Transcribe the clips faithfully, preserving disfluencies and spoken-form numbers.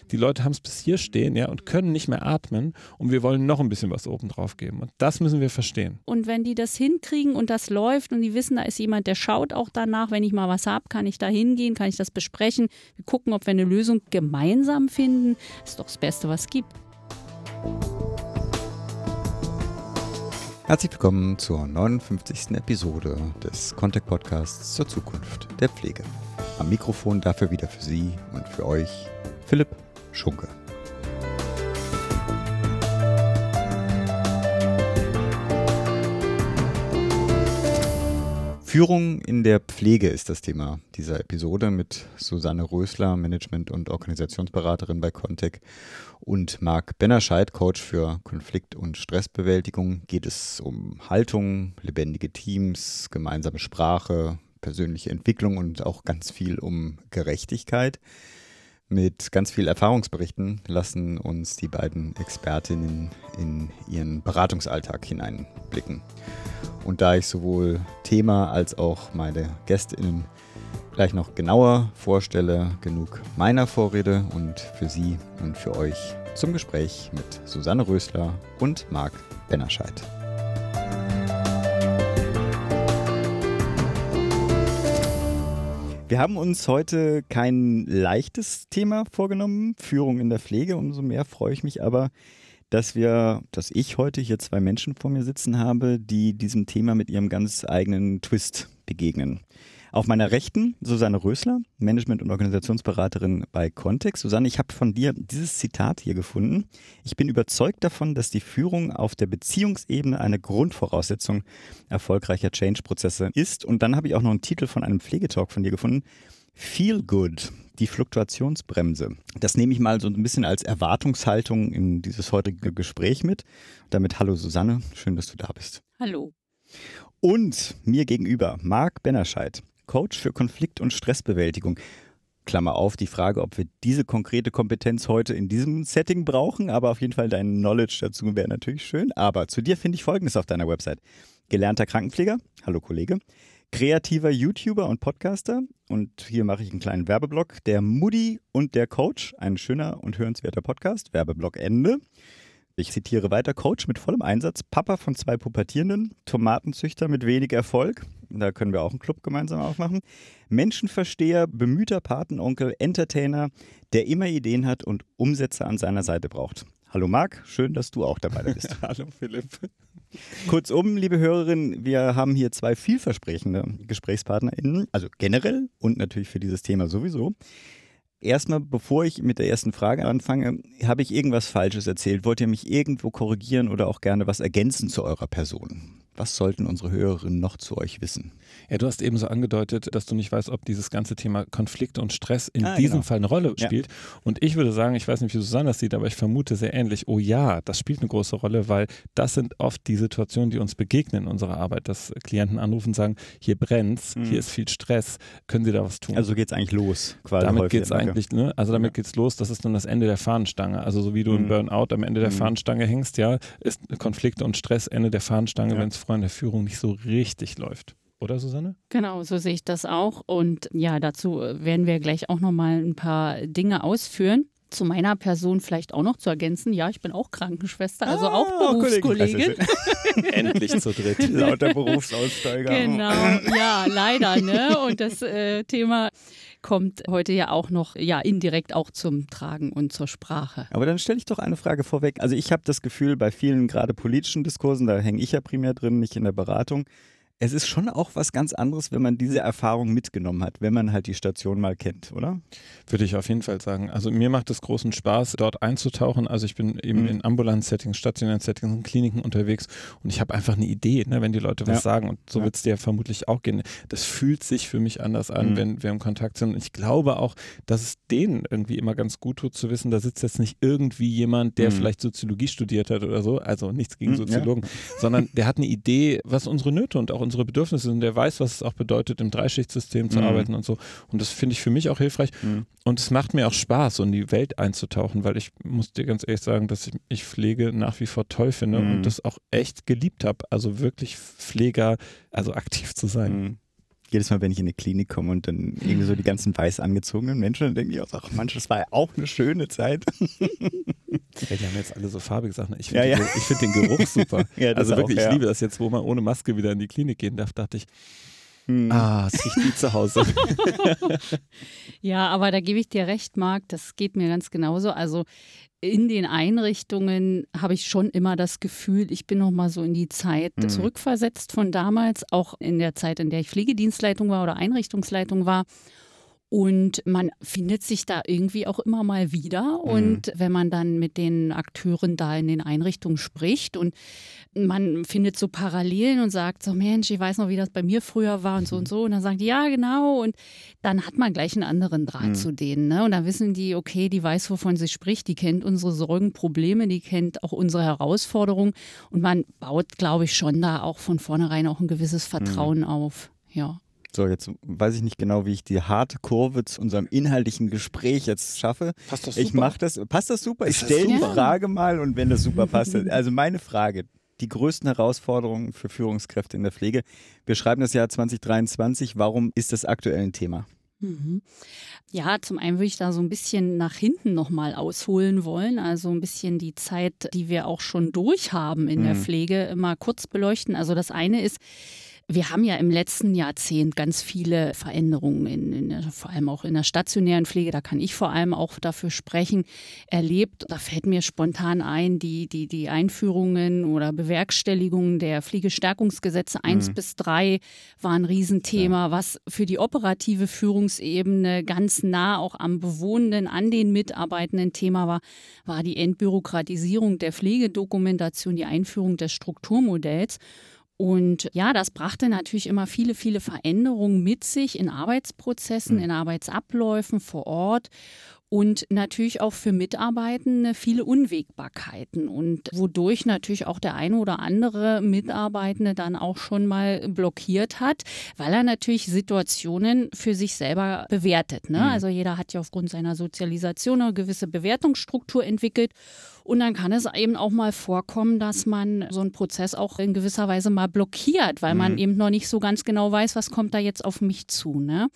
Die Leute haben es bis hier stehen, ja, und können nicht mehr atmen und wir wollen noch ein bisschen was oben drauf geben. Und das müssen wir verstehen. Und wenn die das hinkriegen und das läuft und die wissen, da ist jemand, der schaut auch danach, wenn ich mal was habe, kann ich da hingehen, kann ich das besprechen. Wir gucken, ob wir eine Lösung gemeinsam finden. Das ist doch das Beste, was es gibt. Herzlich willkommen zur neunundfünfzigsten Episode des Contact-Podcasts zur Zukunft der Pflege. Am Mikrofon dafür wieder für Sie und für euch Philipp Schunke. Führung in der Pflege ist das Thema dieser Episode mit Susanne Rösler, Management- und Organisationsberaterin bei Contact, und Marc Bennerscheid, Coach für Konflikt- und Stressbewältigung. Geht es um Haltung, lebendige Teams, gemeinsame Sprache, persönliche Entwicklung und auch ganz viel um Gerechtigkeit. Mit ganz vielen Erfahrungsberichten lassen uns die beiden Expertinnen in ihren Beratungsalltag hineinblicken. Und da ich sowohl Thema als auch meine GästInnen gleich noch genauer vorstelle, genug meiner Vorrede und für Sie und für euch zum Gespräch mit Susanne Rösler und Marc Bennerscheid. Wir haben uns heute kein leichtes Thema vorgenommen, Führung in der Pflege. Umso mehr freue ich mich aber, dass wir, dass ich heute hier zwei Menschen vor mir sitzen habe, die diesem Thema mit ihrem ganz eigenen Twist begegnen. Auf meiner Rechten Susanne Rösler, Management- und Organisationsberaterin bei Contact. Susanne, ich habe von dir dieses Zitat hier gefunden. Ich bin überzeugt davon, dass die Führung auf der Beziehungsebene eine Grundvoraussetzung erfolgreicher Change-Prozesse ist. Und dann habe ich auch noch einen Titel von einem Pflegetalk von dir gefunden. Feel Good, die Fluktuationsbremse. Das nehme ich mal so ein bisschen als Erwartungshaltung in dieses heutige Gespräch mit. Damit hallo Susanne, schön, dass du da bist. Hallo. Und mir gegenüber Marc Bennerscheid, Coach für Konflikt- und Stressbewältigung. Klammer auf, die Frage, ob wir diese konkrete Kompetenz heute in diesem Setting brauchen, aber auf jeden Fall dein Knowledge dazu wäre natürlich schön. Aber zu dir finde ich Folgendes auf deiner Website. Gelernter Krankenpfleger, hallo Kollege, kreativer YouTuber und Podcaster, und hier mache ich einen kleinen Werbeblock, der Mutti und der Coach, ein schöner und hörenswerter Podcast, Werbeblock Ende. Ich zitiere weiter: Coach mit vollem Einsatz, Papa von zwei Pubertierenden, Tomatenzüchter mit wenig Erfolg, da können wir auch einen Club gemeinsam aufmachen, Menschenversteher, bemühter Patenonkel, Entertainer, der immer Ideen hat und Umsetzer an seiner Seite braucht. Hallo Marc, schön, dass du auch dabei bist. Hallo Philipp. Kurzum, liebe Hörerinnen, wir haben hier zwei vielversprechende GesprächspartnerInnen, also generell und natürlich für dieses Thema sowieso. Erstmal, bevor ich mit der ersten Frage anfange, habe ich irgendwas Falsches erzählt? Wollt ihr mich irgendwo korrigieren oder auch gerne was ergänzen zu eurer Person? Was sollten unsere Hörerinnen noch zu euch wissen? Ja, du hast eben so angedeutet, dass du nicht weißt, ob dieses ganze Thema Konflikt und Stress in ah, diesem genau. Fall eine Rolle Ja. spielt. Und ich würde sagen, ich weiß nicht, wie Susanne das sieht, aber ich vermute sehr ähnlich. Oh ja, das spielt eine große Rolle, weil das sind oft die Situationen, die uns begegnen in unserer Arbeit, dass Klienten anrufen und sagen, hier brennt's, mhm. hier ist viel Stress, können Sie da was tun? Also geht es eigentlich los, quasi. Damit geht es eigentlich, ne? Also damit ja. geht's los, das ist dann das Ende der Fahnenstange. Also so wie du mhm. im Burnout am Ende der mhm. Fahnenstange hängst, ja, ist Konflikte und Stress Ende der Fahnenstange, ja. wenn es vorher in der Führung nicht so richtig läuft. Oder, Susanne? Genau, so sehe ich das auch. Und ja, dazu werden wir gleich auch nochmal ein paar Dinge ausführen. Zu meiner Person vielleicht auch noch zu ergänzen, ja, ich bin auch Krankenschwester, also ah, auch Berufskollegin. Endlich zu dritt. Lauter Berufsaussteiger. Genau, ja, leider, ne? Und das äh, Thema kommt heute ja auch noch, ja, indirekt auch zum Tragen und zur Sprache. Aber dann stelle ich doch eine Frage vorweg. Also ich habe das Gefühl, bei vielen gerade politischen Diskursen, da hänge ich ja primär drin, nicht in der Beratung, es ist schon auch was ganz anderes, wenn man diese Erfahrung mitgenommen hat, wenn man halt die Station mal kennt, oder? Würde ich auf jeden Fall sagen. Also mir macht es großen Spaß, dort einzutauchen. Also ich bin eben mhm. in ambulanten Settings, stationären Settings, in Kliniken unterwegs und ich habe einfach eine Idee, ne, wenn die Leute was ja. sagen, und so ja. wird es dir vermutlich auch gehen. Das fühlt sich für mich anders an, mhm. wenn wir im Kontakt sind. Und ich glaube auch, dass es denen irgendwie immer ganz gut tut zu wissen, da sitzt jetzt nicht irgendwie jemand, der mhm. vielleicht Soziologie studiert hat oder so, also nichts gegen mhm, Soziologen, ja. sondern der hat eine Idee, was unsere Nöte und auch unsere Bedürfnisse sind, der weiß, was es auch bedeutet, im Dreischichtsystem zu mhm. arbeiten und so. Und das finde ich für mich auch hilfreich. Mhm. Und es macht mir auch Spaß, so in die Welt einzutauchen, weil ich muss dir ganz ehrlich sagen, dass ich, ich Pflege nach wie vor toll finde mhm. und das auch echt geliebt habe. Also wirklich Pfleger, also aktiv zu sein. Mhm. Jedes Mal, wenn ich in eine Klinik komme und dann irgendwie so die ganzen weiß angezogenen Menschen, dann denke ich auch, ach Mensch, das war ja auch eine schöne Zeit. Ja, die haben jetzt alle so farbige Sachen. Ich finde ja, ja. den, find den Geruch super. Ja, also wirklich, auch, ja. ich liebe das jetzt, wo man ohne Maske wieder in die Klinik gehen darf, dachte ich, hm. ah, es riecht wie zu Hause. Ja, aber da gebe ich dir recht, Marc, das geht mir ganz genauso. Also in den Einrichtungen habe ich schon immer das Gefühl, ich bin noch mal so in die Zeit mhm. zurückversetzt von damals, auch in der Zeit, in der ich Pflegedienstleitung war oder Einrichtungsleitung war. Und man findet sich da irgendwie auch immer mal wieder. Und mhm. wenn man dann mit den Akteuren da in den Einrichtungen spricht und man findet so Parallelen und sagt so, Mensch, ich weiß noch, wie das bei mir früher war und so und so. Und dann sagen die, ja, genau. Und dann hat man gleich einen anderen Draht mhm. zu denen. Ne? Und dann wissen die, okay, die weiß, wovon sie spricht. Die kennt unsere Sorgen, Probleme, die kennt auch unsere Herausforderungen. Und man baut, glaube ich, schon da auch von vornherein auch ein gewisses Vertrauen mhm. auf. Ja. So, jetzt weiß ich nicht genau, wie ich die harte Kurve zu unserem inhaltlichen Gespräch jetzt schaffe. Passt das super? Ich mache das. Passt das super? Ich das stelle die super? Frage mal und wenn das super passt. Also meine Frage, die größten Herausforderungen für Führungskräfte in der Pflege. Wir schreiben das Jahr zwanzig dreiundzwanzig. Warum ist das aktuell ein Thema? Mhm. Ja, zum einen würde ich da so ein bisschen nach hinten nochmal ausholen wollen, also ein bisschen die Zeit, die wir auch schon durchhaben in mhm. der Pflege, mal kurz beleuchten. Also das eine ist, wir haben ja im letzten Jahrzehnt ganz viele Veränderungen, in, in, vor allem auch in der stationären Pflege, da kann ich vor allem auch dafür sprechen, erlebt. Da fällt mir spontan ein, die, die, die Einführungen oder Bewerkstelligungen der Pflegestärkungsgesetze eins mhm. bis drei waren ein Riesenthema, ja. was für die operative Führungsebene ganz nah auch am Bewohnenden, an den Mitarbeitenden Thema war, war die Entbürokratisierung der Pflegedokumentation, die Einführung des Strukturmodells. Und ja, das brachte natürlich immer viele, viele Veränderungen mit sich in Arbeitsprozessen, mhm. in Arbeitsabläufen vor Ort und natürlich auch für Mitarbeitende viele Unwägbarkeiten und wodurch natürlich auch der eine oder andere Mitarbeitende dann auch schon mal blockiert hat, weil er natürlich Situationen für sich selber bewertet. Ne? Mhm. Also jeder hat ja aufgrund seiner Sozialisation eine gewisse Bewertungsstruktur entwickelt. Und dann kann es eben auch mal vorkommen, dass man so einen Prozess auch in gewisser Weise mal blockiert, weil mhm. man eben noch nicht so ganz genau weiß, was kommt da jetzt auf mich zu, ne?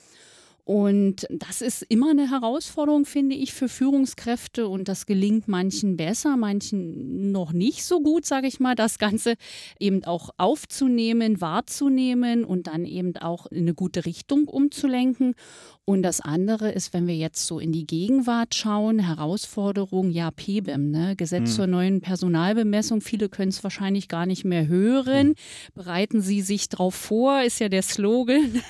Und das ist immer eine Herausforderung, finde ich, für Führungskräfte und das gelingt manchen besser, manchen noch nicht so gut, sage ich mal, das Ganze eben auch aufzunehmen, wahrzunehmen und dann eben auch in eine gute Richtung umzulenken. Und das andere ist, wenn wir jetzt so in die Gegenwart schauen, Herausforderung, ja, P B E M, ne? Gesetz mhm. zur neuen Personalbemessung. Viele können es wahrscheinlich gar nicht mehr hören. Mhm. Bereiten Sie sich drauf vor, ist ja der Slogan,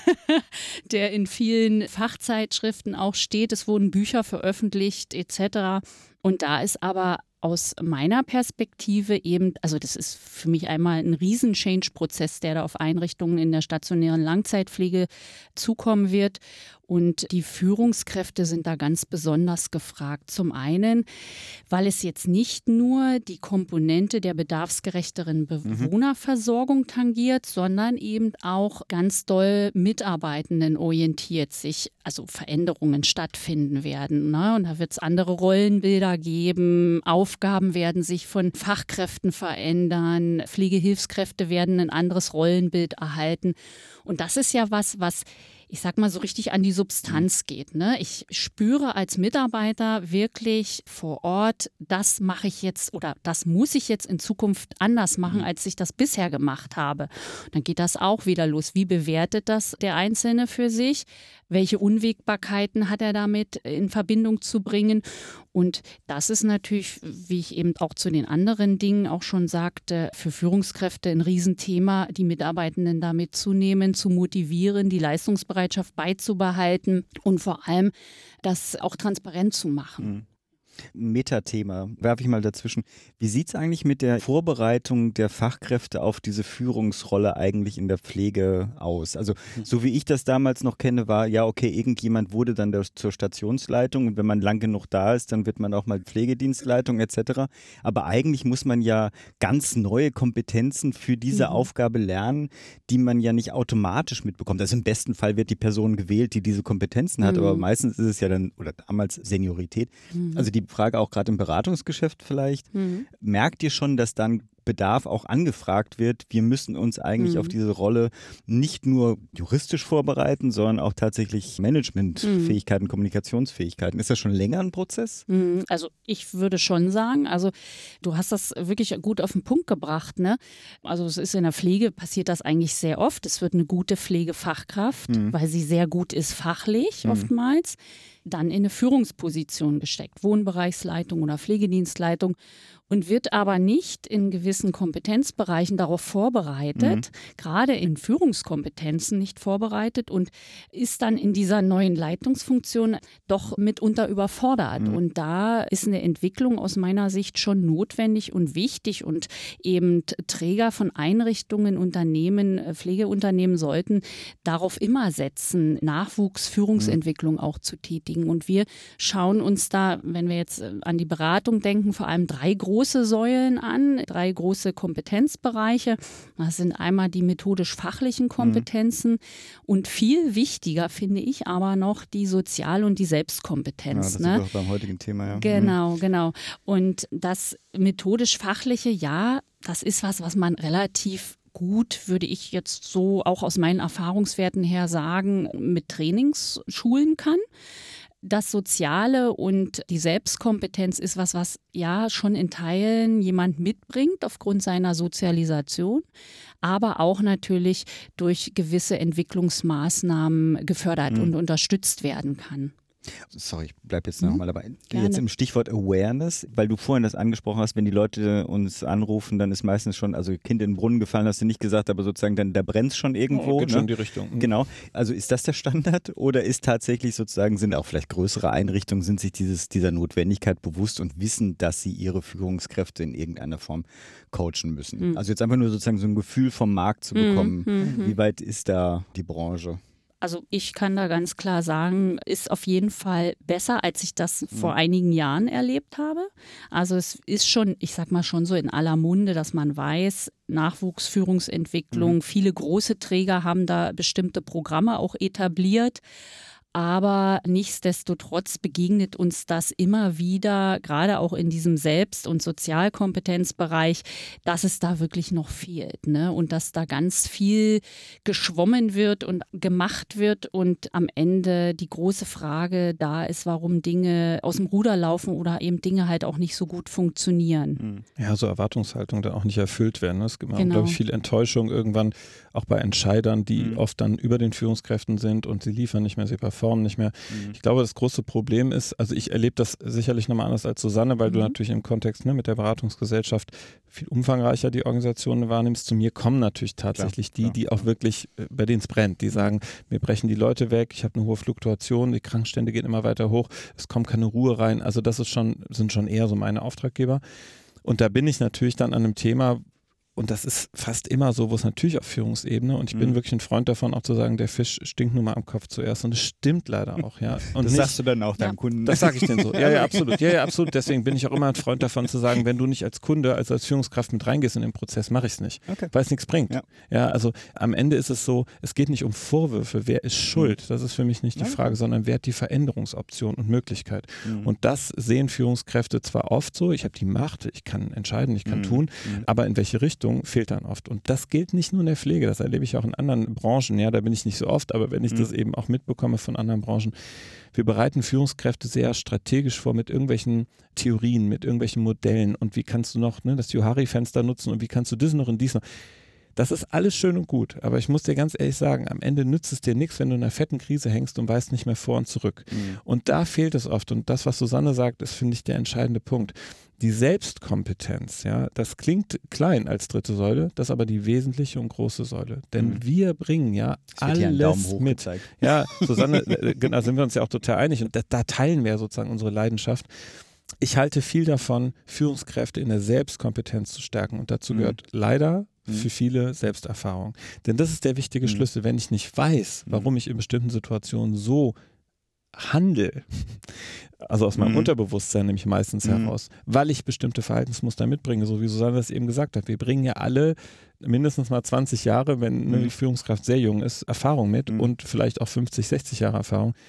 der in vielen Fachzeitschriften auch steht. Es wurden Bücher veröffentlicht et cetera. Und da ist aber aus meiner Perspektive eben, also das ist für mich einmal ein Riesen-Change-Prozess, der da auf Einrichtungen in der stationären Langzeitpflege zukommen wird. Und die Führungskräfte sind da ganz besonders gefragt. Zum einen, weil es jetzt nicht nur die Komponente der bedarfsgerechteren Bewohnerversorgung tangiert, sondern eben auch ganz doll Mitarbeitenden orientiert sich, also Veränderungen stattfinden werden. Ne? Und da wird es andere Rollenbilder geben, Aufgaben werden sich von Fachkräften verändern, Pflegehilfskräfte werden ein anderes Rollenbild erhalten. Und das ist ja was, was ich sag mal, so richtig an die Substanz geht. Ne? Ich spüre als Mitarbeiter wirklich vor Ort, das mache ich jetzt oder das muss ich jetzt in Zukunft anders machen, als ich das bisher gemacht habe. Und dann geht das auch wieder los. Wie bewertet das der Einzelne für sich? Welche Unwägbarkeiten hat er damit in Verbindung zu bringen? Und das ist natürlich, wie ich eben auch zu den anderen Dingen auch schon sagte, für Führungskräfte ein Riesenthema, die Mitarbeitenden da mitzunehmen, zu motivieren, die Leistungsbereitschaft beizubehalten und vor allem das auch transparent zu machen. Mhm. Metathema, werfe ich mal dazwischen. Wie sieht es eigentlich mit der Vorbereitung der Fachkräfte auf diese Führungsrolle eigentlich in der Pflege aus? Also so wie ich das damals noch kenne, war ja okay, irgendjemand wurde dann der, zur Stationsleitung und wenn man lang genug da ist, dann wird man auch mal Pflegedienstleitung et cetera. Aber eigentlich muss man ja ganz neue Kompetenzen für diese mhm. Aufgabe lernen, die man ja nicht automatisch mitbekommt. Also im besten Fall wird die Person gewählt, die diese Kompetenzen hat, mhm. aber meistens ist es ja dann, oder damals Seniorität. Mhm. Also die Frage auch gerade im Beratungsgeschäft vielleicht, mhm. merkt ihr schon, dass dann Bedarf auch angefragt wird, wir müssen uns eigentlich mhm. auf diese Rolle nicht nur juristisch vorbereiten, sondern auch tatsächlich Managementfähigkeiten, mhm. Kommunikationsfähigkeiten. Ist das schon länger ein Prozess? Also ich würde schon sagen, also du hast das wirklich gut auf den Punkt gebracht, ne? Also es ist in der Pflege, passiert das eigentlich sehr oft. Es wird eine gute Pflegefachkraft, mhm. weil sie sehr gut ist fachlich mhm. oftmals, dann in eine Führungsposition gesteckt, Wohnbereichsleitung oder Pflegedienstleitung, und wird aber nicht in gewissen Kompetenzbereichen darauf vorbereitet, mhm. gerade in Führungskompetenzen nicht vorbereitet und ist dann in dieser neuen Leitungsfunktion doch mitunter überfordert. Mhm. Und da ist eine Entwicklung aus meiner Sicht schon notwendig und wichtig, und eben Träger von Einrichtungen, Unternehmen, Pflegeunternehmen sollten darauf immer setzen, Nachwuchsführungsentwicklung mhm. auch zu tätigen. Und wir schauen uns da, wenn wir jetzt an die Beratung denken, vor allem drei große große Säulen an, drei große Kompetenzbereiche. Das sind einmal die methodisch-fachlichen Kompetenzen mhm. und viel wichtiger finde ich aber noch die Sozial- und die Selbstkompetenz. Ja, das ne? ist auch beim heutigen Thema, ja. Genau, mhm. genau. Und das methodisch-fachliche, ja, das ist was, was man relativ gut, würde ich jetzt so auch aus meinen Erfahrungswerten her sagen, mit Trainings schulen kann. Das Soziale und die Selbstkompetenz ist was, was ja schon in Teilen jemand mitbringt aufgrund seiner Sozialisation, aber auch natürlich durch gewisse Entwicklungsmaßnahmen gefördert mhm. und unterstützt werden kann. Sorry, ich bleibe jetzt nochmal dabei. Gerne. Jetzt im Stichwort Awareness, weil du vorhin das angesprochen hast, wenn die Leute uns anrufen, dann ist meistens schon, also Kind in den Brunnen gefallen, hast du nicht gesagt, aber sozusagen dann, da brennt es schon irgendwo. Oh, geht ne? schon in die Richtung. Mhm. Genau. Also ist das der Standard oder ist tatsächlich sozusagen, sind auch vielleicht größere Einrichtungen, sind sich dieses, dieser Notwendigkeit bewusst und wissen, dass sie ihre Führungskräfte in irgendeiner Form coachen müssen? Mhm. Also jetzt einfach nur sozusagen so ein Gefühl vom Markt zu bekommen. Mhm. Wie weit ist da die Branche? Also ich kann da ganz klar sagen, ist auf jeden Fall besser, als ich das mhm. vor einigen Jahren erlebt habe. Also es ist schon, ich sag mal schon so in aller Munde, dass man weiß, Nachwuchsführungsentwicklung, mhm. viele große Träger haben da bestimmte Programme auch etabliert. Aber nichtsdestotrotz begegnet uns das immer wieder, gerade auch in diesem Selbst- und Sozialkompetenzbereich, dass es da wirklich noch fehlt, ne? Und dass da ganz viel geschwommen wird und gemacht wird und am Ende die große Frage da ist, warum Dinge aus dem Ruder laufen oder eben Dinge halt auch nicht so gut funktionieren. Ja, so Erwartungshaltungen dann auch nicht erfüllt werden. Ne? Es gibt auch, genau. glaube ich, viel Enttäuschung irgendwann auch bei Entscheidern, die mhm. oft dann über den Führungskräften sind und sie liefern nicht mehr, sie performen nicht mehr. Mhm. Ich glaube, das große Problem ist, also ich erlebe das sicherlich nochmal anders als Susanne, weil mhm. du natürlich im Kontext ne, mit der Beratungsgesellschaft viel umfangreicher die Organisationen wahrnimmst. Zu mir kommen natürlich tatsächlich klar, die, klar. die auch wirklich, bei denen es brennt, die sagen, mir brechen die Leute weg, ich habe eine hohe Fluktuation, die Krankenstände gehen immer weiter hoch, es kommt keine Ruhe rein. Also das ist schon, sind schon eher so meine Auftraggeber. Und da bin ich natürlich dann an einem Thema, und das ist fast immer so, wo es natürlich auf Führungsebene, und ich bin mhm. wirklich ein Freund davon, auch zu sagen, der Fisch stinkt nur mal am Kopf zuerst, und das stimmt leider auch, ja. Und das nicht, sagst du dann auch deinem ja. Kunden. Das sage ich denen so, ja, ja, absolut, ja, ja, absolut, deswegen bin ich auch immer ein Freund davon zu sagen, wenn du nicht als Kunde, als als Führungskraft mit reingehst in den Prozess, mache ich es nicht, okay. weil es nichts bringt. Ja. ja, also am Ende ist es so, es geht nicht um Vorwürfe, wer ist schuld, das ist für mich nicht die okay. Frage, sondern wer hat die Veränderungsoption und Möglichkeit. Mhm. Und das sehen Führungskräfte zwar oft so, ich habe die Macht, ich kann entscheiden, ich kann mhm. tun, mhm. aber in welche Richtung fehlt dann oft. Und das gilt nicht nur in der Pflege, das erlebe ich auch in anderen Branchen. Ja, da bin ich nicht so oft, aber wenn ich mhm. das eben auch mitbekomme von anderen Branchen, wir bereiten Führungskräfte sehr strategisch vor mit irgendwelchen Theorien, mit irgendwelchen Modellen. Und wie kannst du noch ne, das Johari-Fenster nutzen und wie kannst du das noch und dies noch. Das ist alles schön und gut, aber ich muss dir ganz ehrlich sagen, am Ende nützt es dir nichts, wenn du in einer fetten Krise hängst und weißt nicht mehr vor und zurück. Mhm. Und da fehlt es oft. Und das, was Susanne sagt, ist, finde ich, der entscheidende Punkt. Die Selbstkompetenz, ja, das klingt klein als dritte Säule, das ist aber die wesentliche und große Säule. Denn mhm. wir bringen ja alles mit. Gezeigt. Ja, Susanne, genau, sind wir uns ja auch total einig. Und da, da teilen wir sozusagen unsere Leidenschaft. Ich halte viel davon, Führungskräfte in der Selbstkompetenz zu stärken. Und dazu gehört mhm. leider für viele Selbsterfahrung. Denn das ist der wichtige mhm. Schlüssel. Wenn ich nicht weiß, warum ich in bestimmten Situationen so handle, also aus meinem mhm. Unterbewusstsein nämlich meistens mhm. heraus, weil ich bestimmte Verhaltensmuster mitbringe, so wie Susanne das eben gesagt hat. Wir bringen ja alle mindestens mal zwanzig Jahre, wenn mhm. eine Führungskraft sehr jung ist, Erfahrung mit mhm. und vielleicht auch fünfzig, sechzig Jahre Erfahrung.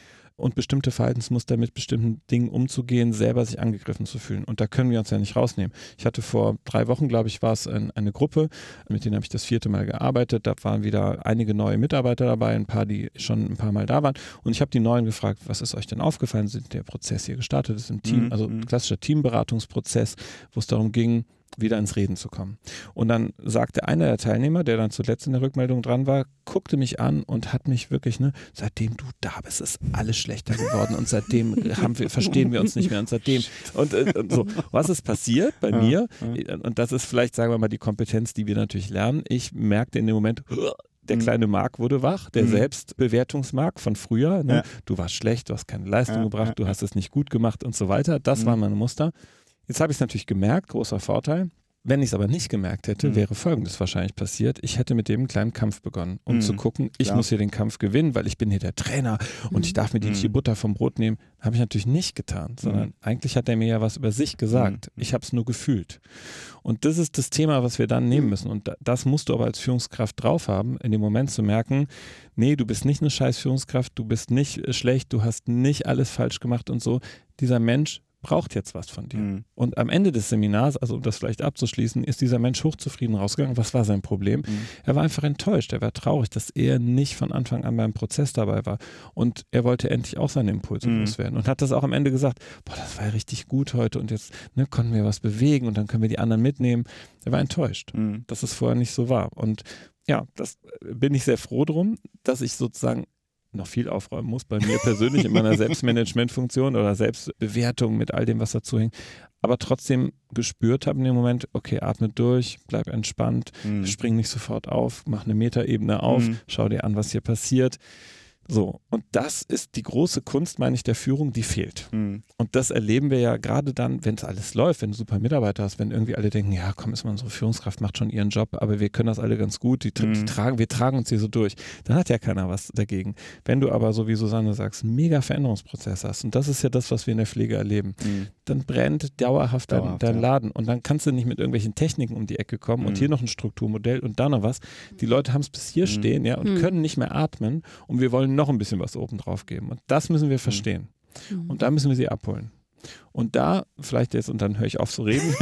und bestimmte Verhaltensmuster mit bestimmten Dingen umzugehen, selber sich angegriffen zu fühlen. Und da können wir uns ja nicht rausnehmen. Ich hatte vor drei Wochen, glaube ich, war es ein, eine Gruppe, mit denen habe ich das vierte Mal gearbeitet. Da waren wieder einige neue Mitarbeiter dabei, ein paar, die schon ein paar Mal da waren. Und ich habe die Neuen gefragt, was ist euch denn aufgefallen, sind der Prozess hier gestartet ist im Team, also ein klassischer Teamberatungsprozess, wo es darum ging, wieder ins Reden zu kommen. Und dann sagte einer der Teilnehmer, der dann zuletzt in der Rückmeldung dran war, guckte mich an und hat mich wirklich, ne, seitdem du da bist, ist alles schlechter geworden und seitdem haben wir, verstehen wir uns nicht mehr und seitdem und, und so. Was ist passiert bei mir? Und das ist vielleicht, sagen wir mal, die Kompetenz, die wir natürlich lernen. Ich merkte in dem Moment, der kleine Marc wurde wach, der mhm. Selbstbewertungsmarc von früher. Ne? Ja. Du warst schlecht, du hast keine Leistung ja, gebracht, ja, du hast es nicht gut gemacht und so weiter. Das mhm. waren meine Muster. Jetzt habe ich es natürlich gemerkt, großer Vorteil. Wenn ich es aber nicht gemerkt hätte, mhm. wäre Folgendes wahrscheinlich passiert. Ich hätte mit dem einen kleinen Kampf begonnen, um mhm. zu gucken, ich Klar. muss hier den Kampf gewinnen, weil ich bin hier der Trainer und mhm. ich darf mir die, die Butter vom Brot nehmen. Habe ich natürlich nicht getan, sondern mhm. eigentlich hat er mir ja was über sich gesagt. Mhm. Ich habe es nur gefühlt. Und das ist das Thema, was wir dann nehmen müssen. Und das musst du aber als Führungskraft drauf haben, in dem Moment zu merken, nee, du bist nicht eine scheiß Führungskraft, du bist nicht schlecht, du hast nicht alles falsch gemacht und so. Dieser Mensch braucht jetzt was von dir. Mhm. Und am Ende des Seminars, also um das vielleicht abzuschließen, ist dieser Mensch hochzufrieden rausgegangen. Was war sein Problem? Mhm. Er war einfach enttäuscht, er war traurig, dass er nicht von Anfang an beim Prozess dabei war. Und er wollte endlich auch seine Impulse mhm. loswerden und hat das auch am Ende gesagt, boah, das war ja richtig gut heute und jetzt ne, konnten wir was bewegen und dann können wir die anderen mitnehmen. Er war enttäuscht, mhm. dass es vorher nicht so war. Und ja, das bin ich sehr froh drum, dass ich sozusagen noch viel aufräumen muss bei mir persönlich in meiner Selbstmanagementfunktion oder Selbstbewertung mit all dem, was dazu hängt, aber trotzdem gespürt habe in dem Moment, okay, atme durch, bleib entspannt, mhm. spring nicht sofort auf, mach eine Metaebene auf, mhm. schau dir an, was hier passiert. So, und das ist die große Kunst, meine ich, der Führung, die fehlt. Mhm. Und das erleben wir ja gerade dann, wenn es alles läuft, wenn du super Mitarbeiter hast, wenn irgendwie alle denken, ja komm, ist mal unsere Führungskraft, macht schon ihren Job, aber wir können das alle ganz gut, die, mhm. die tragen, wir tragen uns hier so durch. Dann hat ja keiner was dagegen. Wenn du aber, so wie Susanne sagst, einen mega Veränderungsprozess hast, und das ist ja das, was wir in der Pflege erleben, mhm. dann brennt dauerhaft, dauerhaft dein, dein ja. Laden und dann kannst du nicht mit irgendwelchen Techniken um die Ecke kommen mhm. und hier noch ein Strukturmodell und da noch was. Die Leute haben es bis hier mhm. stehen, ja, und mhm. können nicht mehr atmen und wir wollen noch ein bisschen was oben drauf geben. Und das müssen wir verstehen. Mhm. Und da müssen wir sie abholen. Und da, vielleicht jetzt, und dann höre ich auf zu reden.